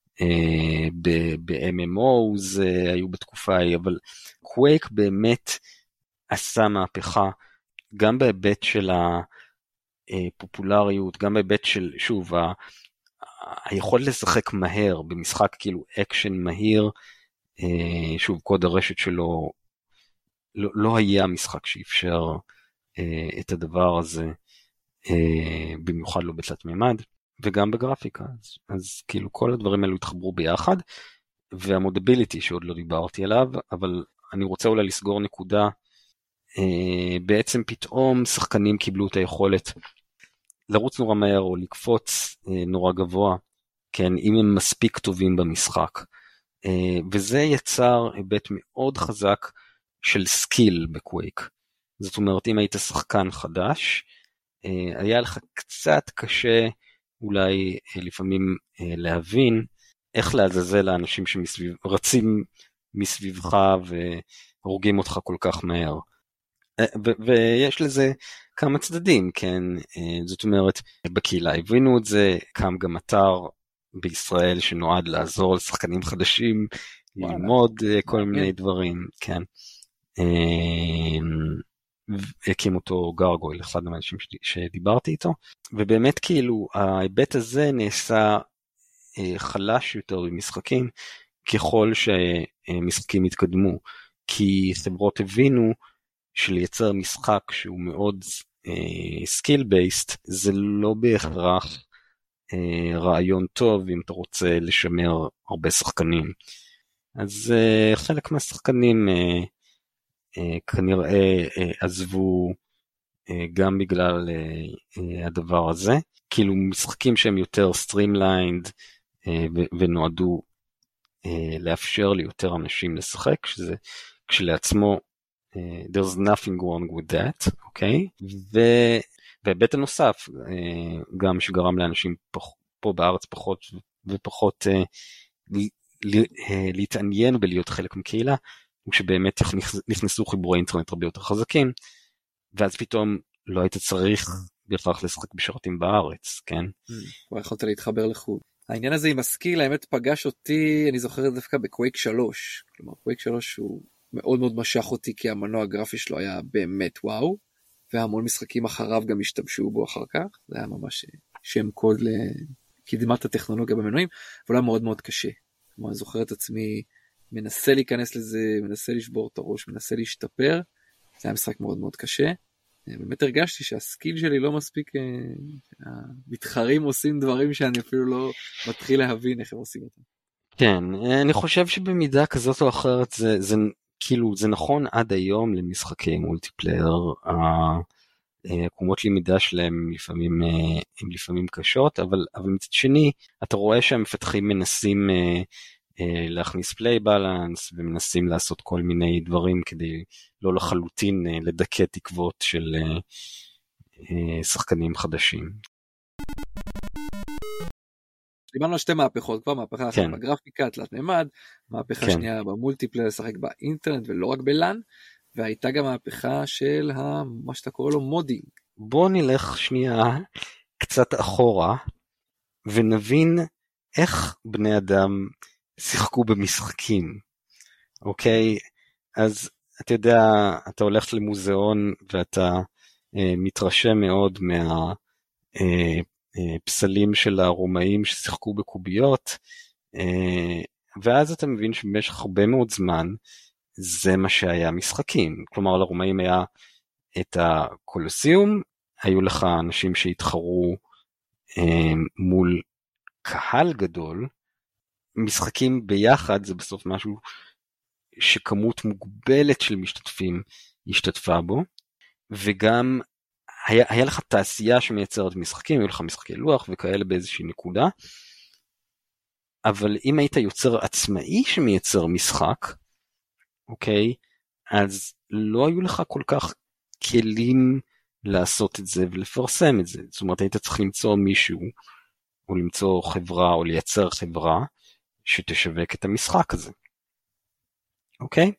ב-MMOs היו בתקופה ההיא, אבל קווייק באמת עשה מהפכה, גם בהיבט של הפופולריות, גם בהיבט של, שוב, היכולת לשחק מהר, במשחק כאילו אקשן מהיר, שוב, קוד הרשת שלו, לא היה משחק שאפשר את הדבר הזה, במיוחד לא בתלת מימד, וגם בגרפיקה, אז כאילו כל הדברים האלו התחברו ביחד, והמודביליטי שעוד לא דיברתי עליו, אבל אני רוצה אולי לסגור נקודה, בעצם פתאום שחקנים קיבלו את היכולת לרוץ נורא מהר או לקפוץ נורא גבוה, כן, אם הם מספיק טובים במשחק, וזה יצר היבט מאוד חזק של סקיל בקווייק, זאת אומרת אם היית שחקן חדש, היה לך קצת קשה אולי לפעמים להבין איך לעזאזל לאנשים רצים מסביבך והורגים אותך כל כך מהר. ויש לזה כמה צדדים, כן? זאת אומרת, בקהילה הבינו את זה, קם גם אתר בישראל שנועד לעזור לשחקנים חדשים, ללמוד כל מיני דברים, כן? הקים אותו גרגויל, אחד מהאנשים שדיברתי איתו, ובאמת כאילו ההיבט הזה נעשה חלש יותר במשחקים, ככל שמשחקים התקדמו, כי חברות הבינו שלייצר משחק שהוא מאוד סקיל בייסט, זה לא בהכרח רעיון טוב אם אתה רוצה לשמר הרבה שחקנים. אז חלק מהשחקנים כנראה עזבו גם בגלל הדבר הזה, כאילו משחקים שהם יותר סטרימליינד ונועדו לאפשר ליותר אנשים לשחק, שזה כשלעצמו there's nothing wrong with that, אוקיי? והיבט הנוסף, גם שגרם לאנשים פה בארץ פחות ופחות להתעניין בלהיות חלק מקהילה, הוא שבאמת נכנסו חיבורי אינטרנט הרבה יותר חזקים, ואז פתאום לא היית צריך בהכרח לשחק בשרתים בארץ, כן? כבר יכולת להתחבר לחו"ל. העניין הזה עם הסקיל, האמת פגש אותי, אני זוכר את דווקא בקווייק 3, כלומר קווייק 3 הוא מאוד מאוד משך אותי, כי המנוע הגרפי שלו היה באמת וואו, והמון משחקים אחריו גם השתמשו בו אחר כך, זה היה ממש שם קוד לקדמת הטכנולוגיה במנועים, אבל היה מאוד מאוד קשה. כלומר, אני זוכר את עצמי, מנסה להיכנס לזה, מנסה לשבור את הראש, מנסה להשתפר, זה היה משחק מאוד מאוד קשה, באמת הרגשתי שהסקיל שלי לא מספיק, המתחרים עושים דברים שאני אפילו לא מתחיל להבין איך הם עושים אותם. כן, אני חושב שבמידה כזאת או אחרת, כאילו, זה נכון עד היום למשחקי מולטיפלייר, עקומות למידה שלהם לפעמים קשות, אבל מצד שני, אתה רואה שהמפתחים מנסים להכניס פליי בלנס, ומנסים לעשות כל מיני דברים כדי לא לחלוטין לדכא תקוות של שחקנים חדשים. דיברנו על שתי מהפכות, כבר מהפכה אחת בגרפיקה, תלת מימד, מהפכה שנייה במולטיפלייר, לשחק באינטרנט ולא רק בלן, והייתה גם מהפכה של מה שאתה קורא לו מודינג. בוא נלך שנייה קצת אחורה, ונבין איך בני אדם שיחקו במשחקים, אוקיי? אז אתה יודע, אתה הולך למוזיאון ואתה מתרשם מאוד מהפסלים של הרומאים ששיחקו בקוביות, ואז אתה מבין שבמשך הרבה מאוד זמן זה מה שהיה משחקים. כלומר, לרומאים היה את הקולוסיום, היו לך אנשים שהתחרו מול קהל גדול, משחקים ביחד זה בסוף משהו שכמות מוגבלת של משתתפים השתתפה בו, וגם היה לך תעשייה שמייצרת משחקים, היו לך משחקי לוח וכאלה באיזושהי נקודה, אבל אם היית יוצר עצמאי שמייצר משחק, אוקיי? אז לא היו לך כל כך כלים לעשות את זה ולפרסם את זה. זאת אומרת, היית צריך למצוא מישהו, או למצוא חברה, או לייצר חברה, שתשווק את המשחק הזה. אוקיי?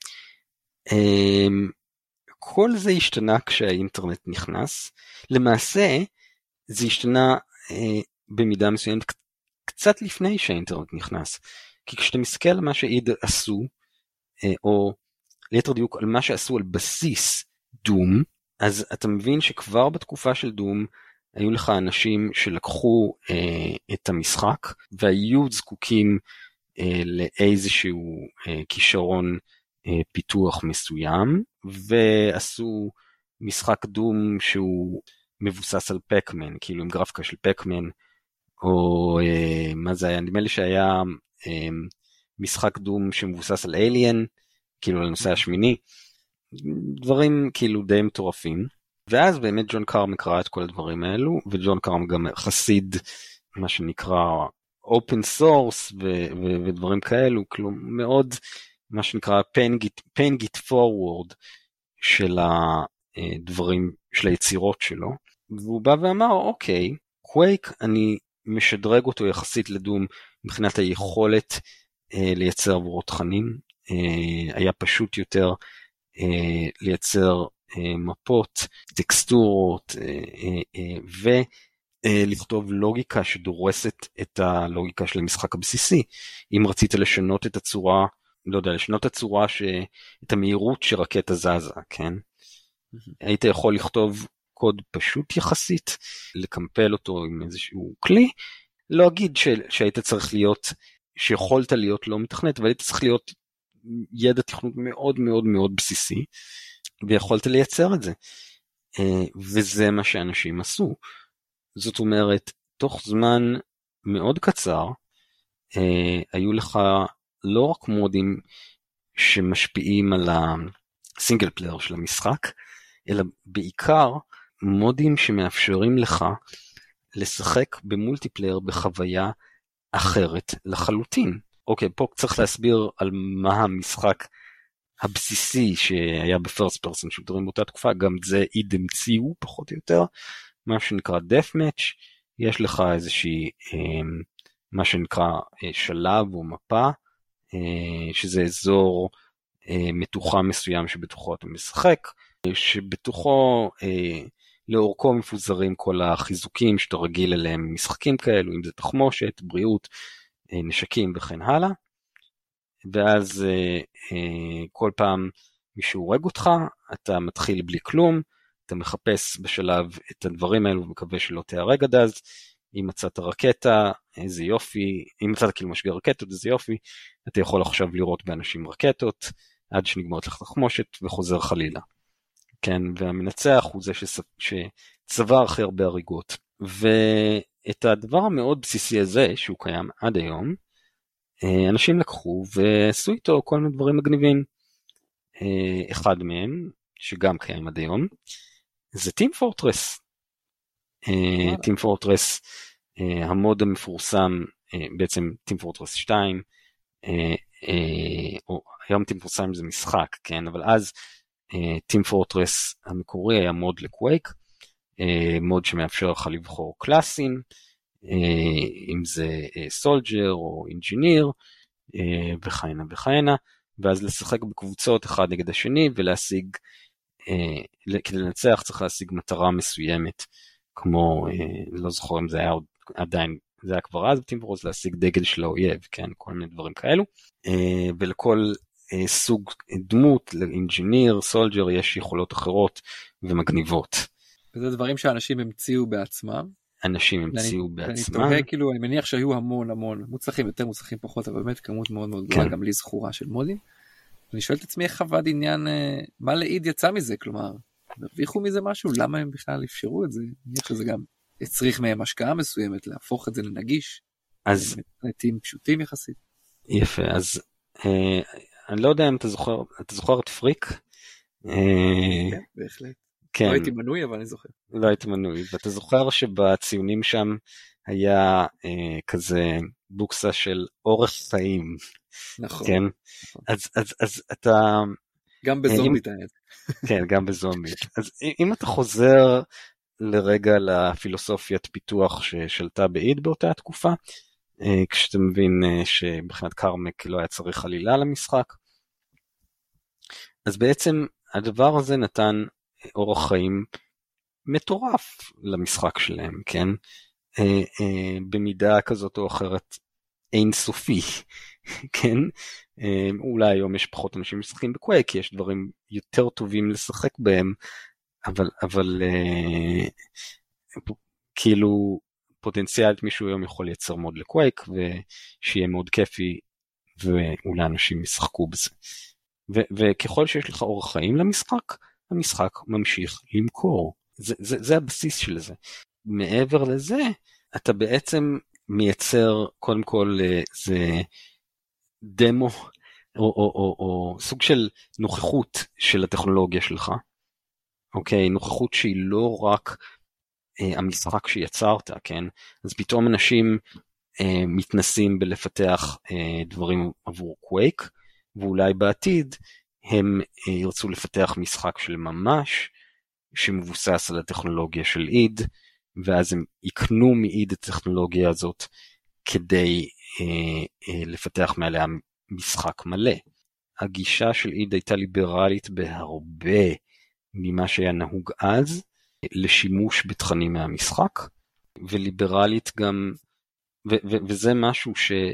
כל זה השתנה כשהאינטרנט נכנס. למעשה, זה השתנה במידה מסוימת קצת לפני שהאינטרנט נכנס. כי כשאתה מסתכל על מה שאיד עשו, או ליתר דיוק על מה שעשו על בסיס דום, אז אתה מבין שכבר בתקופה של דום, היו לך אנשים שלקחו את המשחק, והיו זקוקים לאיזשהו כישרון פיתוח מסוים, ועשו משחק דום שהוא מבוסס על פקמן, כאילו עם גרפיקה של פקמן, או מה זה היה, נדמה לי שהיה משחק דום שמבוסס על אליאן, כאילו על הנושא השמיני, דברים כאילו די מטורפים, ואז באמת ג'ון קרמק ראה את כל הדברים האלו, וג'ון קרמק גם חסיד מה שנקרא open source ודברים כאלו, כאילו מאוד מה שנקרא paying it forward של הדברים, של היצירות שלו, והוא בא ואמר אוקיי, קווייק אני משדרג אותו יחסית לדום מבחינת היכולת לייצר עבורו תכנים, היה פשוט יותר לייצר מפות, טקסטורות ולכתוב לוגיקה שדורסת את הלוגיקה של המשחק הבסיסי. אם רצית לשנות את הצורה, לא יודע, לשנות את הצורה, את המהירות שרקטה זזה, כן? היית יכול לכתוב קוד פשוט יחסית, לקמפל אותו עם איזשהו כלי, לא אגיד שהיית צריך להיות, שיכולת להיות לא מתכנת, אבל היית צריך להיות ידע תכנות מאוד מאוד מאוד בסיסי, ויכולת לייצר את זה. וזה מה שאנשים עשו. זאת אומרת, תוך זמן מאוד קצר, היו לך לא רק מודים שמשפיעים על הסינגל פלייר של המשחק, אלא בעיקר מודים שמאפשרים לך לשחק במולטיפלייר בחוויה אחרת לחלוטין. אוקיי, פה צריך להסביר על מה המשחק הבסיסי שהיה בפרסט פרסון שוטרים באותה תקופה, גם זה איד המציאו פחות או יותר, מה שנקרא death match, יש לך איזושהי, מה שנקרא שלב או מפה, שזה אזור מתוחה מסוים שבתוכו אתה משחק, שבתוכו לאורכו מפוזרים כל החיזוקים שאתה רגיל אליהם משחקים כאלו, אם זה תחמושת, בריאות, נשקים וכן הלאה, ואז כל פעם מישהו הורג אותך, אתה מתחיל בלי כלום, אתה מחפש בשלב את הדברים האלו ומקווה שלא תהרג עד אז, אם מצאת רקטה, איזה יופי, אם מצאת כאילו משגר רקטות, איזה יופי, אתה יכול עכשיו לראות באנשים רקטות, עד שנגמרת לך תחמושת וחוזר חלילה. כן, והמנצח הוא זה שצבר הכי הרבה הריגות. ואת הדבר המאוד בסיסי הזה, שהוא קיים עד היום, אנשים לקחו ועשו איתו כל מיני דברים מגניבים. אחד מהם, שגם קיים עד היום, זה טים פורטרס. טים פורטרס, המוד המפורסם, בעצם טים פורטרס 2, היום טים פורטרס זה משחק, כן, אבל אז טים פורטרס המקורי היה מוד לקווייק, מוד שמאפשר לך לבחור קלאסים, אם זה סולג'ר או אינג'יניר, וכהנה וכהנה, ואז לשחק בקבוצות אחד נגד השני, ולהשיג, כדי לנצח צריך להשיג מטרה מסוימת, כמו, לא זוכר אם זה היה עדיין, זה היה כבר אז בטים פורטרס, להשיג דגל של האויב, כן, כל מיני דברים כאלו, ולכל סוג דמות, לאינג'יניר, סולג'ר, יש יכולות אחרות ומגניבות. וזה דברים שאנשים המציאו בעצמם. אנשים המציאו בעצמם. ואני תוהה, כאילו, אני מניח שהיו המון מוצלחים, יותר מוצלחים פחות, אבל באמת כמות מאוד מאוד גדולה, גם לי זכורה של מודים. אני שואל את עצמי איך עבד עניין, מה לאיד יצא מזה, כלומר, הרוויחו מזה משהו, למה הם בכלל אפשרו את זה? אני מניח שזה גם צריך מהם השקעה מסוימת, להפוך את זה לנגיש, אז נתים פשוטים יחסית. יפה, אז אני לא יודע אם אתה זוכר את פריק? כן, בהחלט. לא הייתי מנוי, אבל אני זוכר. לא הייתי מנוי, ואתה זוכר שבציונים שם היה כזה בוקסה של אורך חיים. נכון. כן, נכון. אז אתה... גם בזומבית היה את זה. כן, גם בזומבית. אז אם אתה חוזר לרגע לפילוסופיית פיתוח ששלטה באיד באותה התקופה, כשאתה מבין שבחינת קרמק לא היה צריך עלילה למשחק, אז בעצם הדבר הזה נתן אורח חיים מטורף למשחק שלהם, כן? במידה כזאת או אחרת אינסופי, כן? אולי היום יש פחות אנשים משחקים בקווייק, כי יש דברים יותר טובים לשחק בהם, אבל כאילו פוטנציאלית מישהו היום יכול לייצר מוד לקווייק, ושיהיה מאוד כיפי, ואולי אנשים ישחקו בזה. וככל שיש לך אורח חיים למשחק, המשחק ממשיך למכור. זה הבסיס של זה. מעבר לזה, אתה בעצם מייצר, קודם כל, זה דמו, או סוג של נוכחות של הטכנולוגיה שלך. אוקיי, נוכחות שהיא לא רק המשחק שיצרת, כן? אז פתאום אנשים מתנסים בלפתח דברים עבור קווייק, ואולי בעתיד הם ירצו לפתח משחק של ממש, שמבוסס על הטכנולוגיה של איד, ואז הם יקנו מאיד את הטכנולוגיה הזאת, כדי לפתח מעליה משחק מלא. הגישה של איד הייתה ליברלית בהרבה ממה שהיה נהוג אז, לשימוש בתכנים מהמשחק, וליברלית גם, וזה משהו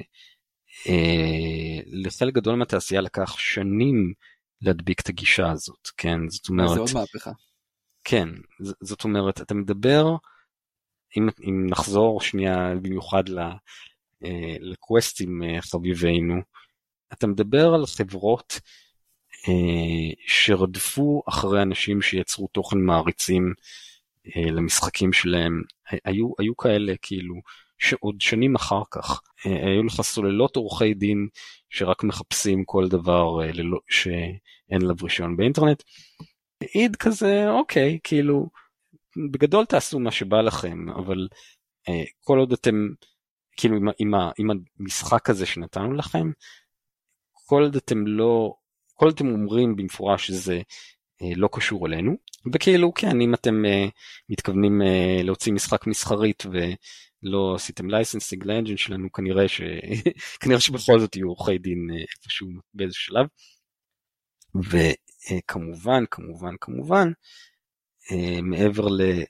שלחלק גדול מהתעשייה לקח שנים להדביק את הגישה הזאת, כן? זאת אומרת... זה עוד מהפכה. כן, זאת אומרת, אתה מדבר, אם נחזור שנייה במיוחד לקווסטים חביבינו, אתה מדבר על חברות שרדפו אחרי אנשים שיצרו תוכן מעריצים למשחקים שלהם, היו כאלה כאילו שעוד שנים אחר כך, היו לך סוללות עורכי דין שרק מחפשים כל דבר שאין לה רישיון באינטרנט, איד כזה אוקיי, כאילו בגדול תעשו מה שבא לכם, אבל כל עוד אתם כאילו עם המשחק הזה שנתנו לכם, כל עוד אתם אומרים במפורש שזה לא קשור אלינו, וכאילו כן, אם אתם מתכוונים להוציא משחק מסחרית ולא עשיתם לייסנסינג לאנג'ין שלנו, כנראה שבכל זאת יהיו עורכי דין איפשהו באיזה שלב. וכמובן, מעבר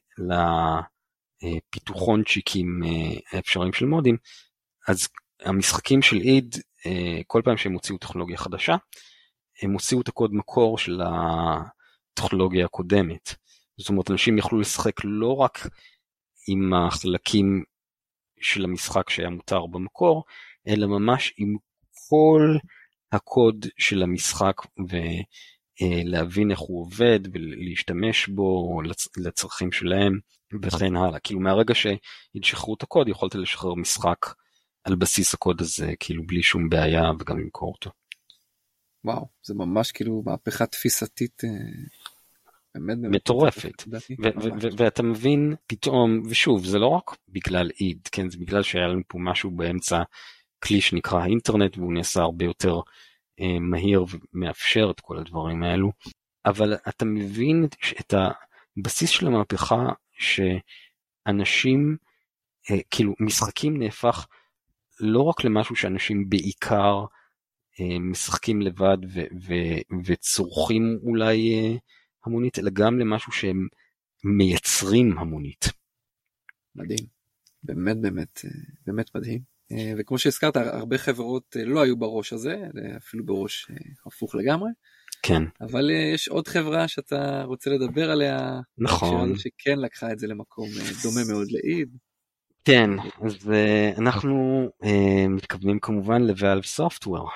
לפיתוחונצ'יקים האפשריים של מודים, אז המשחקים של איד, כל פעם שהם הוציאו טכנולוגיה חדשה, הם הוציאו את הקוד מקור של הטכנולוגיה הקודמת. זאת אומרת, אנשים יכלו לשחק לא רק עם החלקים של המשחק שהיה מותר במקור, אלא ממש עם כל הקוד של המשחק ולהבין איך הוא עובד ולהשתמש בו לצרכים שלהם וכן הלאה. כאילו מהרגע שהשחררו את הקוד, יכולת לשחרר משחק על בסיס הקוד הזה, כאילו בלי שום בעיה וגם למכור אותו. וואו, זה ממש כאילו מהפכה תפיסתית באמת מטורפת. ואתה מבין פתאום, ושוב, זה לא רק בגלל איד, כן, זה בגלל שהיה לנו פה משהו באמצע כלי שנקרא האינטרנט, והוא נעשה הרבה יותר מהיר ומאפשר את כל הדברים האלו, אבל אתה מבין את הבסיס של המהפכה, שאנשים, כאילו משחקים נהפך לא רק למשהו שאנשים בעיקר משחקים לבד וצורכים אולי המונית, אלא גם למשהו שהם מייצרים המונית. מדהים, באמת מדהים. וכמו שהזכרת, הרבה חברות לא היו בראש הזה, אפילו בראש הפוך לגמרי. כן. אבל יש עוד חברה שאתה רוצה לדבר עליה, נכון. שכן לקחה את זה למקום דומה מאוד לאיד. כן, אז אנחנו מתכוונים כמובן ל-Valve Software.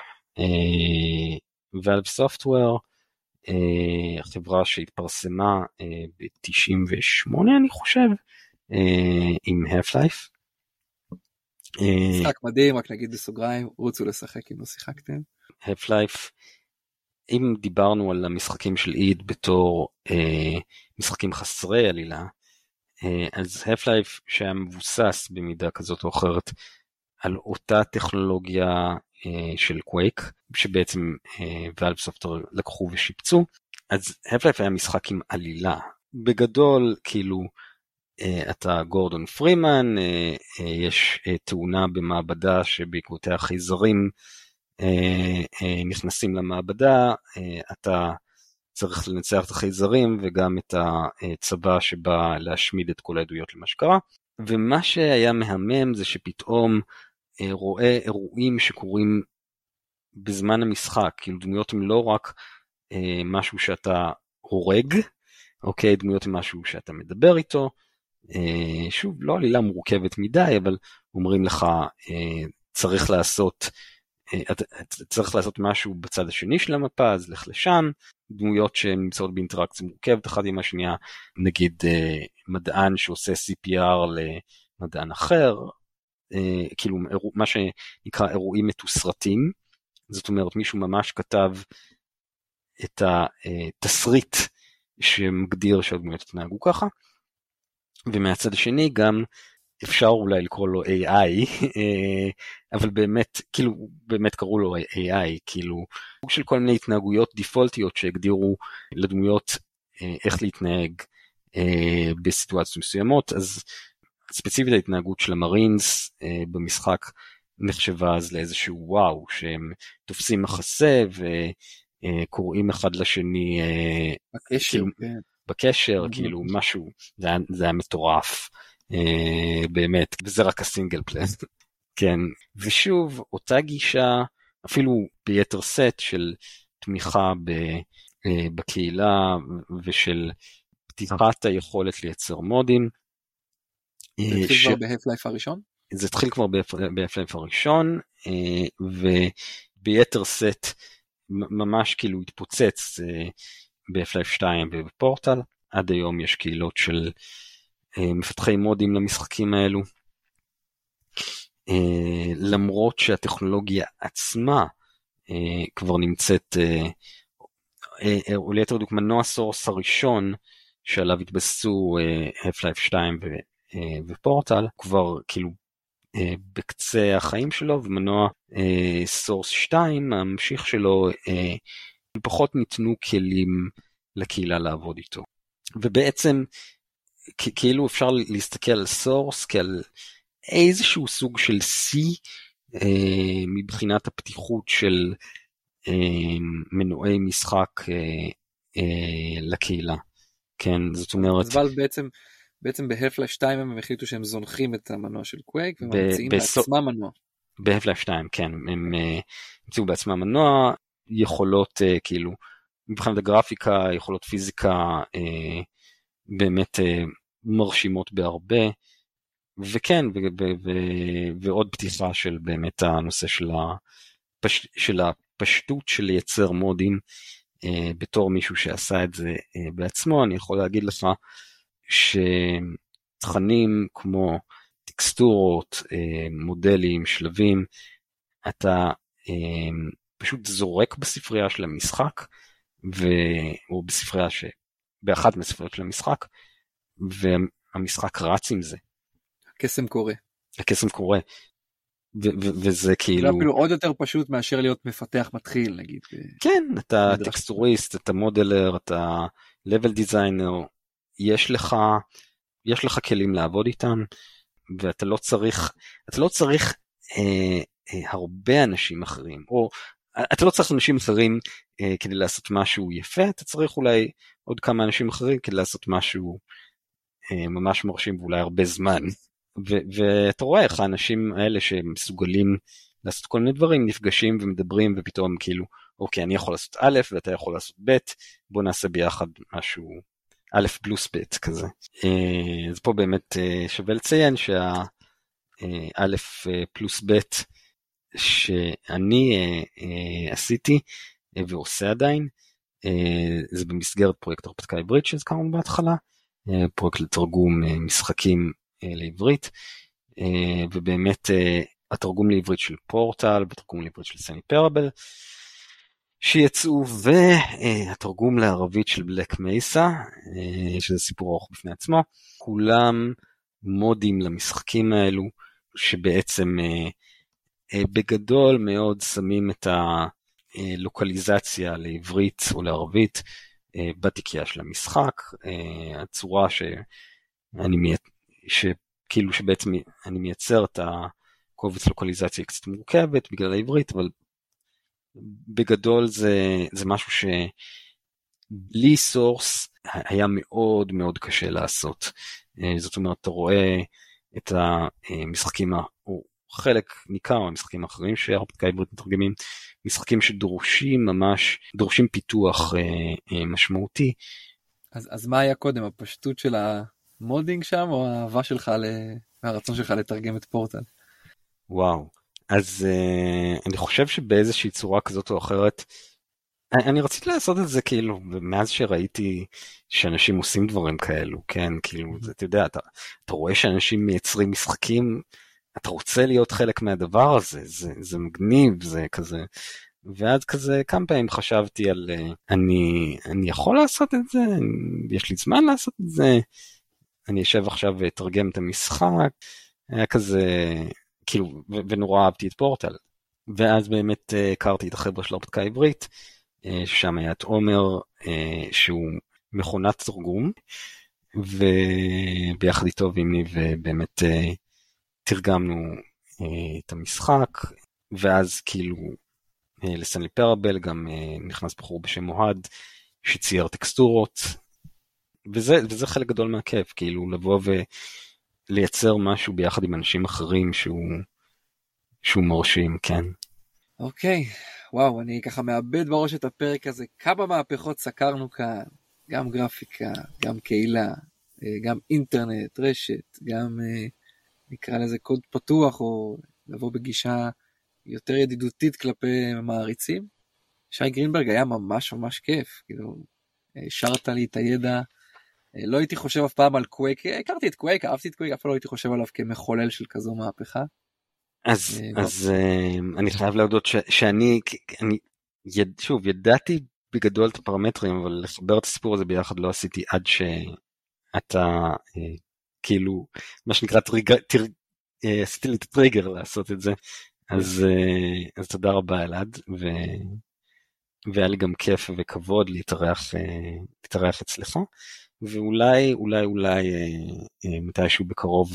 Valve Software, החברה שהתפרסמה ב-98 אני חושב, עם Half-Life. משחק מדהים, רק נגיד בסוגריים, רוצו לשחק אם לא שיחקתם. Half-Life, אם דיברנו על המשחקים של איד בתור משחקים חסרי עלילה, אז Half-Life שהיה מבוסס במידה כזאת או אחרת על אותה טכנולוגיה של קווייק, שבעצם ואלב סופטוור לקחו ושיפצו. אז Half-Life היה משחק עם עלילה. בגדול, כאילו, אתה גורדון פרימן, יש תאונה במעבדה שבעקבותיה חייזרים נכנסים למעבדה, אתה צריך לנצח את החייזרים וגם את הצבא שבא להשמיד את כל העדויות למה שקרה. ומה שהיה מהמם זה שפתאום רואה אירועים שקורים בזמן המשחק, כאילו דמויות הן לא רק משהו שאתה הורג, אוקיי, דמויות הן משהו שאתה מדבר איתו, שוב, לא עלילה מורכבת מדי, אבל אומרים לך, צריך לעשות משהו בצד השני של המפה, אז לך לשם, דמויות שהן נמצאות באינטראקציה מורכבת אחת עם השנייה, נגיד מדען שעושה CPR למדען אחר, כאילו מה שנקרא אירועים מתוסרטים, זאת אומרת מישהו ממש כתב את התסריט שמגדיר שהדמויות התנהגו ככה, ומהצד השני גם אפשר אולי לקרוא לו AI, אבל באמת, כאילו, באמת קראו לו AI, כאילו, סוג של כל מיני התנהגויות דיפולטיות שהגדירו לדמויות איך להתנהג בסיטואציות מסוימות, אז ספציפית ההתנהגות של המרינס במשחק נחשבה אז לאיזשהו וואו, שהם תופסים מחסה וקוראים אחד לשני בקשר, כאילו, בקשר, כאילו משהו, זה היה מטורף. באמת, וזה רק הסינגל פליי. כן, ושוב, אותה גישה, אפילו ביתר סט של תמיכה בקהילה ושל פתיחת היכולת לייצר מודים. זה התחיל כבר בהפלייף הראשון? זה התחיל כבר בהפלייף הראשון, וביתר סט ממש כאילו התפוצץ בהפלייף 2 ובפורטל. עד היום יש קהילות של מפתחי מודים למשחקים האלו, למרות שהטכנולוגיה עצמה כבר נמצאת, או ליתר דיוק מנוע סורס הראשון שעליו התבססו Half-Life 2 ופורטל, כבר כאילו בקצה החיים שלו, ומנוע סורס 2, הממשיך שלו, פחות ניתנו כלים לקהילה לעבוד איתו. ובעצם כאילו אפשר להסתכל על סורס כעל איזשהו סוג של C מבחינת הפתיחות של מנועי משחק לקהילה. כן, זאת אומרת... אז בעצם בהפלייף 2 הם החליטו שהם זונחים את המנוע של קווייק וממציאים בעצמם מנוע. בהפלייף 2, כן, הם המציאו בעצמם מנוע, יכולות כאילו, מבחינת הגרפיקה, יכולות פיזיקה באמת מרשימות בהרבה, וכן, ועוד פתיחה של באמת הנושא של הפשטות של לייצר מודים, בתור מישהו שעשה את זה בעצמו. אני יכול להגיד לך שתכנים כמו טקסטורות, מודלים, שלבים, אתה פשוט זורק בספרייה של המשחק, או בספרייה באחת מהספריות של המשחק, והמשחק רץ עם זה. הקסם קורה. הקסם קורה. וזה כאילו... זה אפילו עוד יותר פשוט מאשר להיות מפתח מתחיל, נגיד. כן, אתה טקסטוריסט, אתה מודלר, אתה level designer, יש לך כלים לעבוד איתם, ואתה לא צריך הרבה אנשים אחרים, או אתה לא צריך אנשים אחרים כדי לעשות משהו יפה, אתה צריך אולי עוד כמה אנשים אחרים כדי לעשות משהו ממש מרשים ואולי הרבה זמן. ואתה רואה איך האנשים האלה שמסוגלים לעשות כל מיני דברים נפגשים ומדברים, ופתאום כאילו, אוקיי, אני יכול לעשות א' ואתה יכול לעשות ב', בוא נעשה ביחד משהו א' פלוס ב' כזה. אז פה באמת שווה לציין שהא' פלוס ב' שאני עשיתי ועושה עדיין, זה במסגרת פרויקט הרפתקה עברית שהזכרנו בהתחלה, פרויקט לתרגום משחקים לעברית, ובאמת התרגום לעברית של פורטל, והתרגום לעברית של סמי פרבל, שיצאו, והתרגום לערבית של בלק מייסה, שזה סיפור ארוך בפני עצמו, כולם מודים למשחקים האלו, שבעצם בגדול מאוד שמים את הלוקליזציה לעברית או לערבית בתיקייה של המשחק, הצורה שכאילו שבעצם אני מייצר את הקובץ לוקליזציה קצת מורכבת בגלל העברית, אבל בגדול זה משהו שבלי סורס היה מאוד מאוד קשה לעשות. זאת אומרת, אתה רואה את המשחקים, או חלק ניכר מהמשחקים האחרים שהרפתקה עברית מתרגמים, משחקים שדורשים דורשים פיתוח משמעותי. אז מה היה קודם, הפשטות של המודינג שם, או האהבה שלך והרצון שלך לתרגם את פורטל? וואו, אז אני חושב שבאיזושהי צורה כזאת או אחרת, אני רציתי לעשות את זה כאילו, מאז שראיתי שאנשים עושים דברים כאלו, כן, כאילו, אתה יודע, אתה רואה שאנשים מייצרים משחקים, אתה רוצה להיות חלק מהדבר הזה, זה מגניב, זה כזה, ואז כזה כמה פעמים חשבתי על, אני יכול לעשות את זה, יש לי זמן לעשות את זה, אני אשב עכשיו ותרגם את המשחק, היה כזה, כאילו, ונורא אהבתי את פורטל, ואז באמת הכרתי את החבר'ה של הרפתקה עברית, ששם היה את עומר, שהוא מכונת תרגום, וביחד איתו ועמי, ובאמת תרגמנו את המשחק, ואז כאילו לסטנלי פרבל גם נכנס בחור בשם אוהד, שצייר טקסטורות, וזה חלק גדול מהכיף, כאילו לבוא ולייצר משהו ביחד עם אנשים אחרים שהוא מרשים, כן. אוקיי, וואו, אני ככה מאבד בראש את הפרק הזה, כמה מהפכות סקרנו כאן, גם גרפיקה, גם קהילה, גם אינטרנט, רשת, גם נקרא לזה קוד פתוח, או לבוא בגישה יותר ידידותית כלפי מעריצים. שי גרינברג היה ממש ממש כיף, כאילו, השארת לי את הידע, לא הייתי חושב אף פעם על קווייק, הכרתי את קווייק, אהבתי את קווייק, אף לא הייתי חושב עליו כמחולל של כזו מהפכה. אז אני חייב להודות שאני שוב ידעתי בגדול את הפרמטרים, אבל לחבר את הסיפור הזה ביחד לא עשיתי עד שאתה כאילו מה שנקרא עשיתי לי את הטריגר לעשות את זה, אז תודה רבה אלעד, והיה לי גם כיף וכבוד להתארח אצלך, ואולי מתישהו בקרוב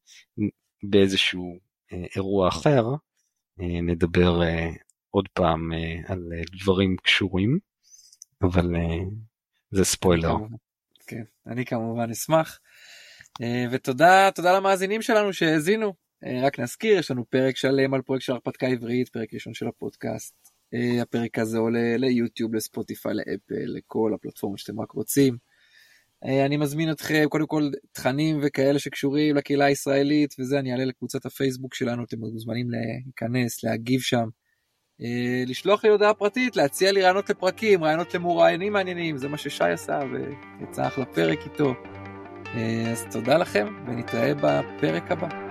באיזשהו אירוע אחר, נדבר עוד פעם על דברים קשורים, אבל זה ספוילר. כן, אני כמובן אשמח, ותודה למאזינים שלנו שהאזינו. רק נזכיר, יש לנו פרק שלם על פרויקט של הרפתקה עברית, פרק ראשון של הפודקאסט. הפרק הזה עולה ליוטיוב, לספוטיפיי, לאפל, לכל הפלטפורמות שאתם רק רוצים. אני מזמין אתכם, קודם כל תכנים וכאלה שקשורים לקהילה הישראלית, וזה אני אעלה לקבוצת הפייסבוק שלנו, אתם מוזמנים להיכנס, להגיב שם, לשלוח לי הודעה פרטית, להציע לי רעיונות לפרקים, רעיונות למוראיינים מעניינים, זה מה ששי עשה, ויצא אחלה פרק איתו. אז תודה לכם, ונתראה בפרק הבא.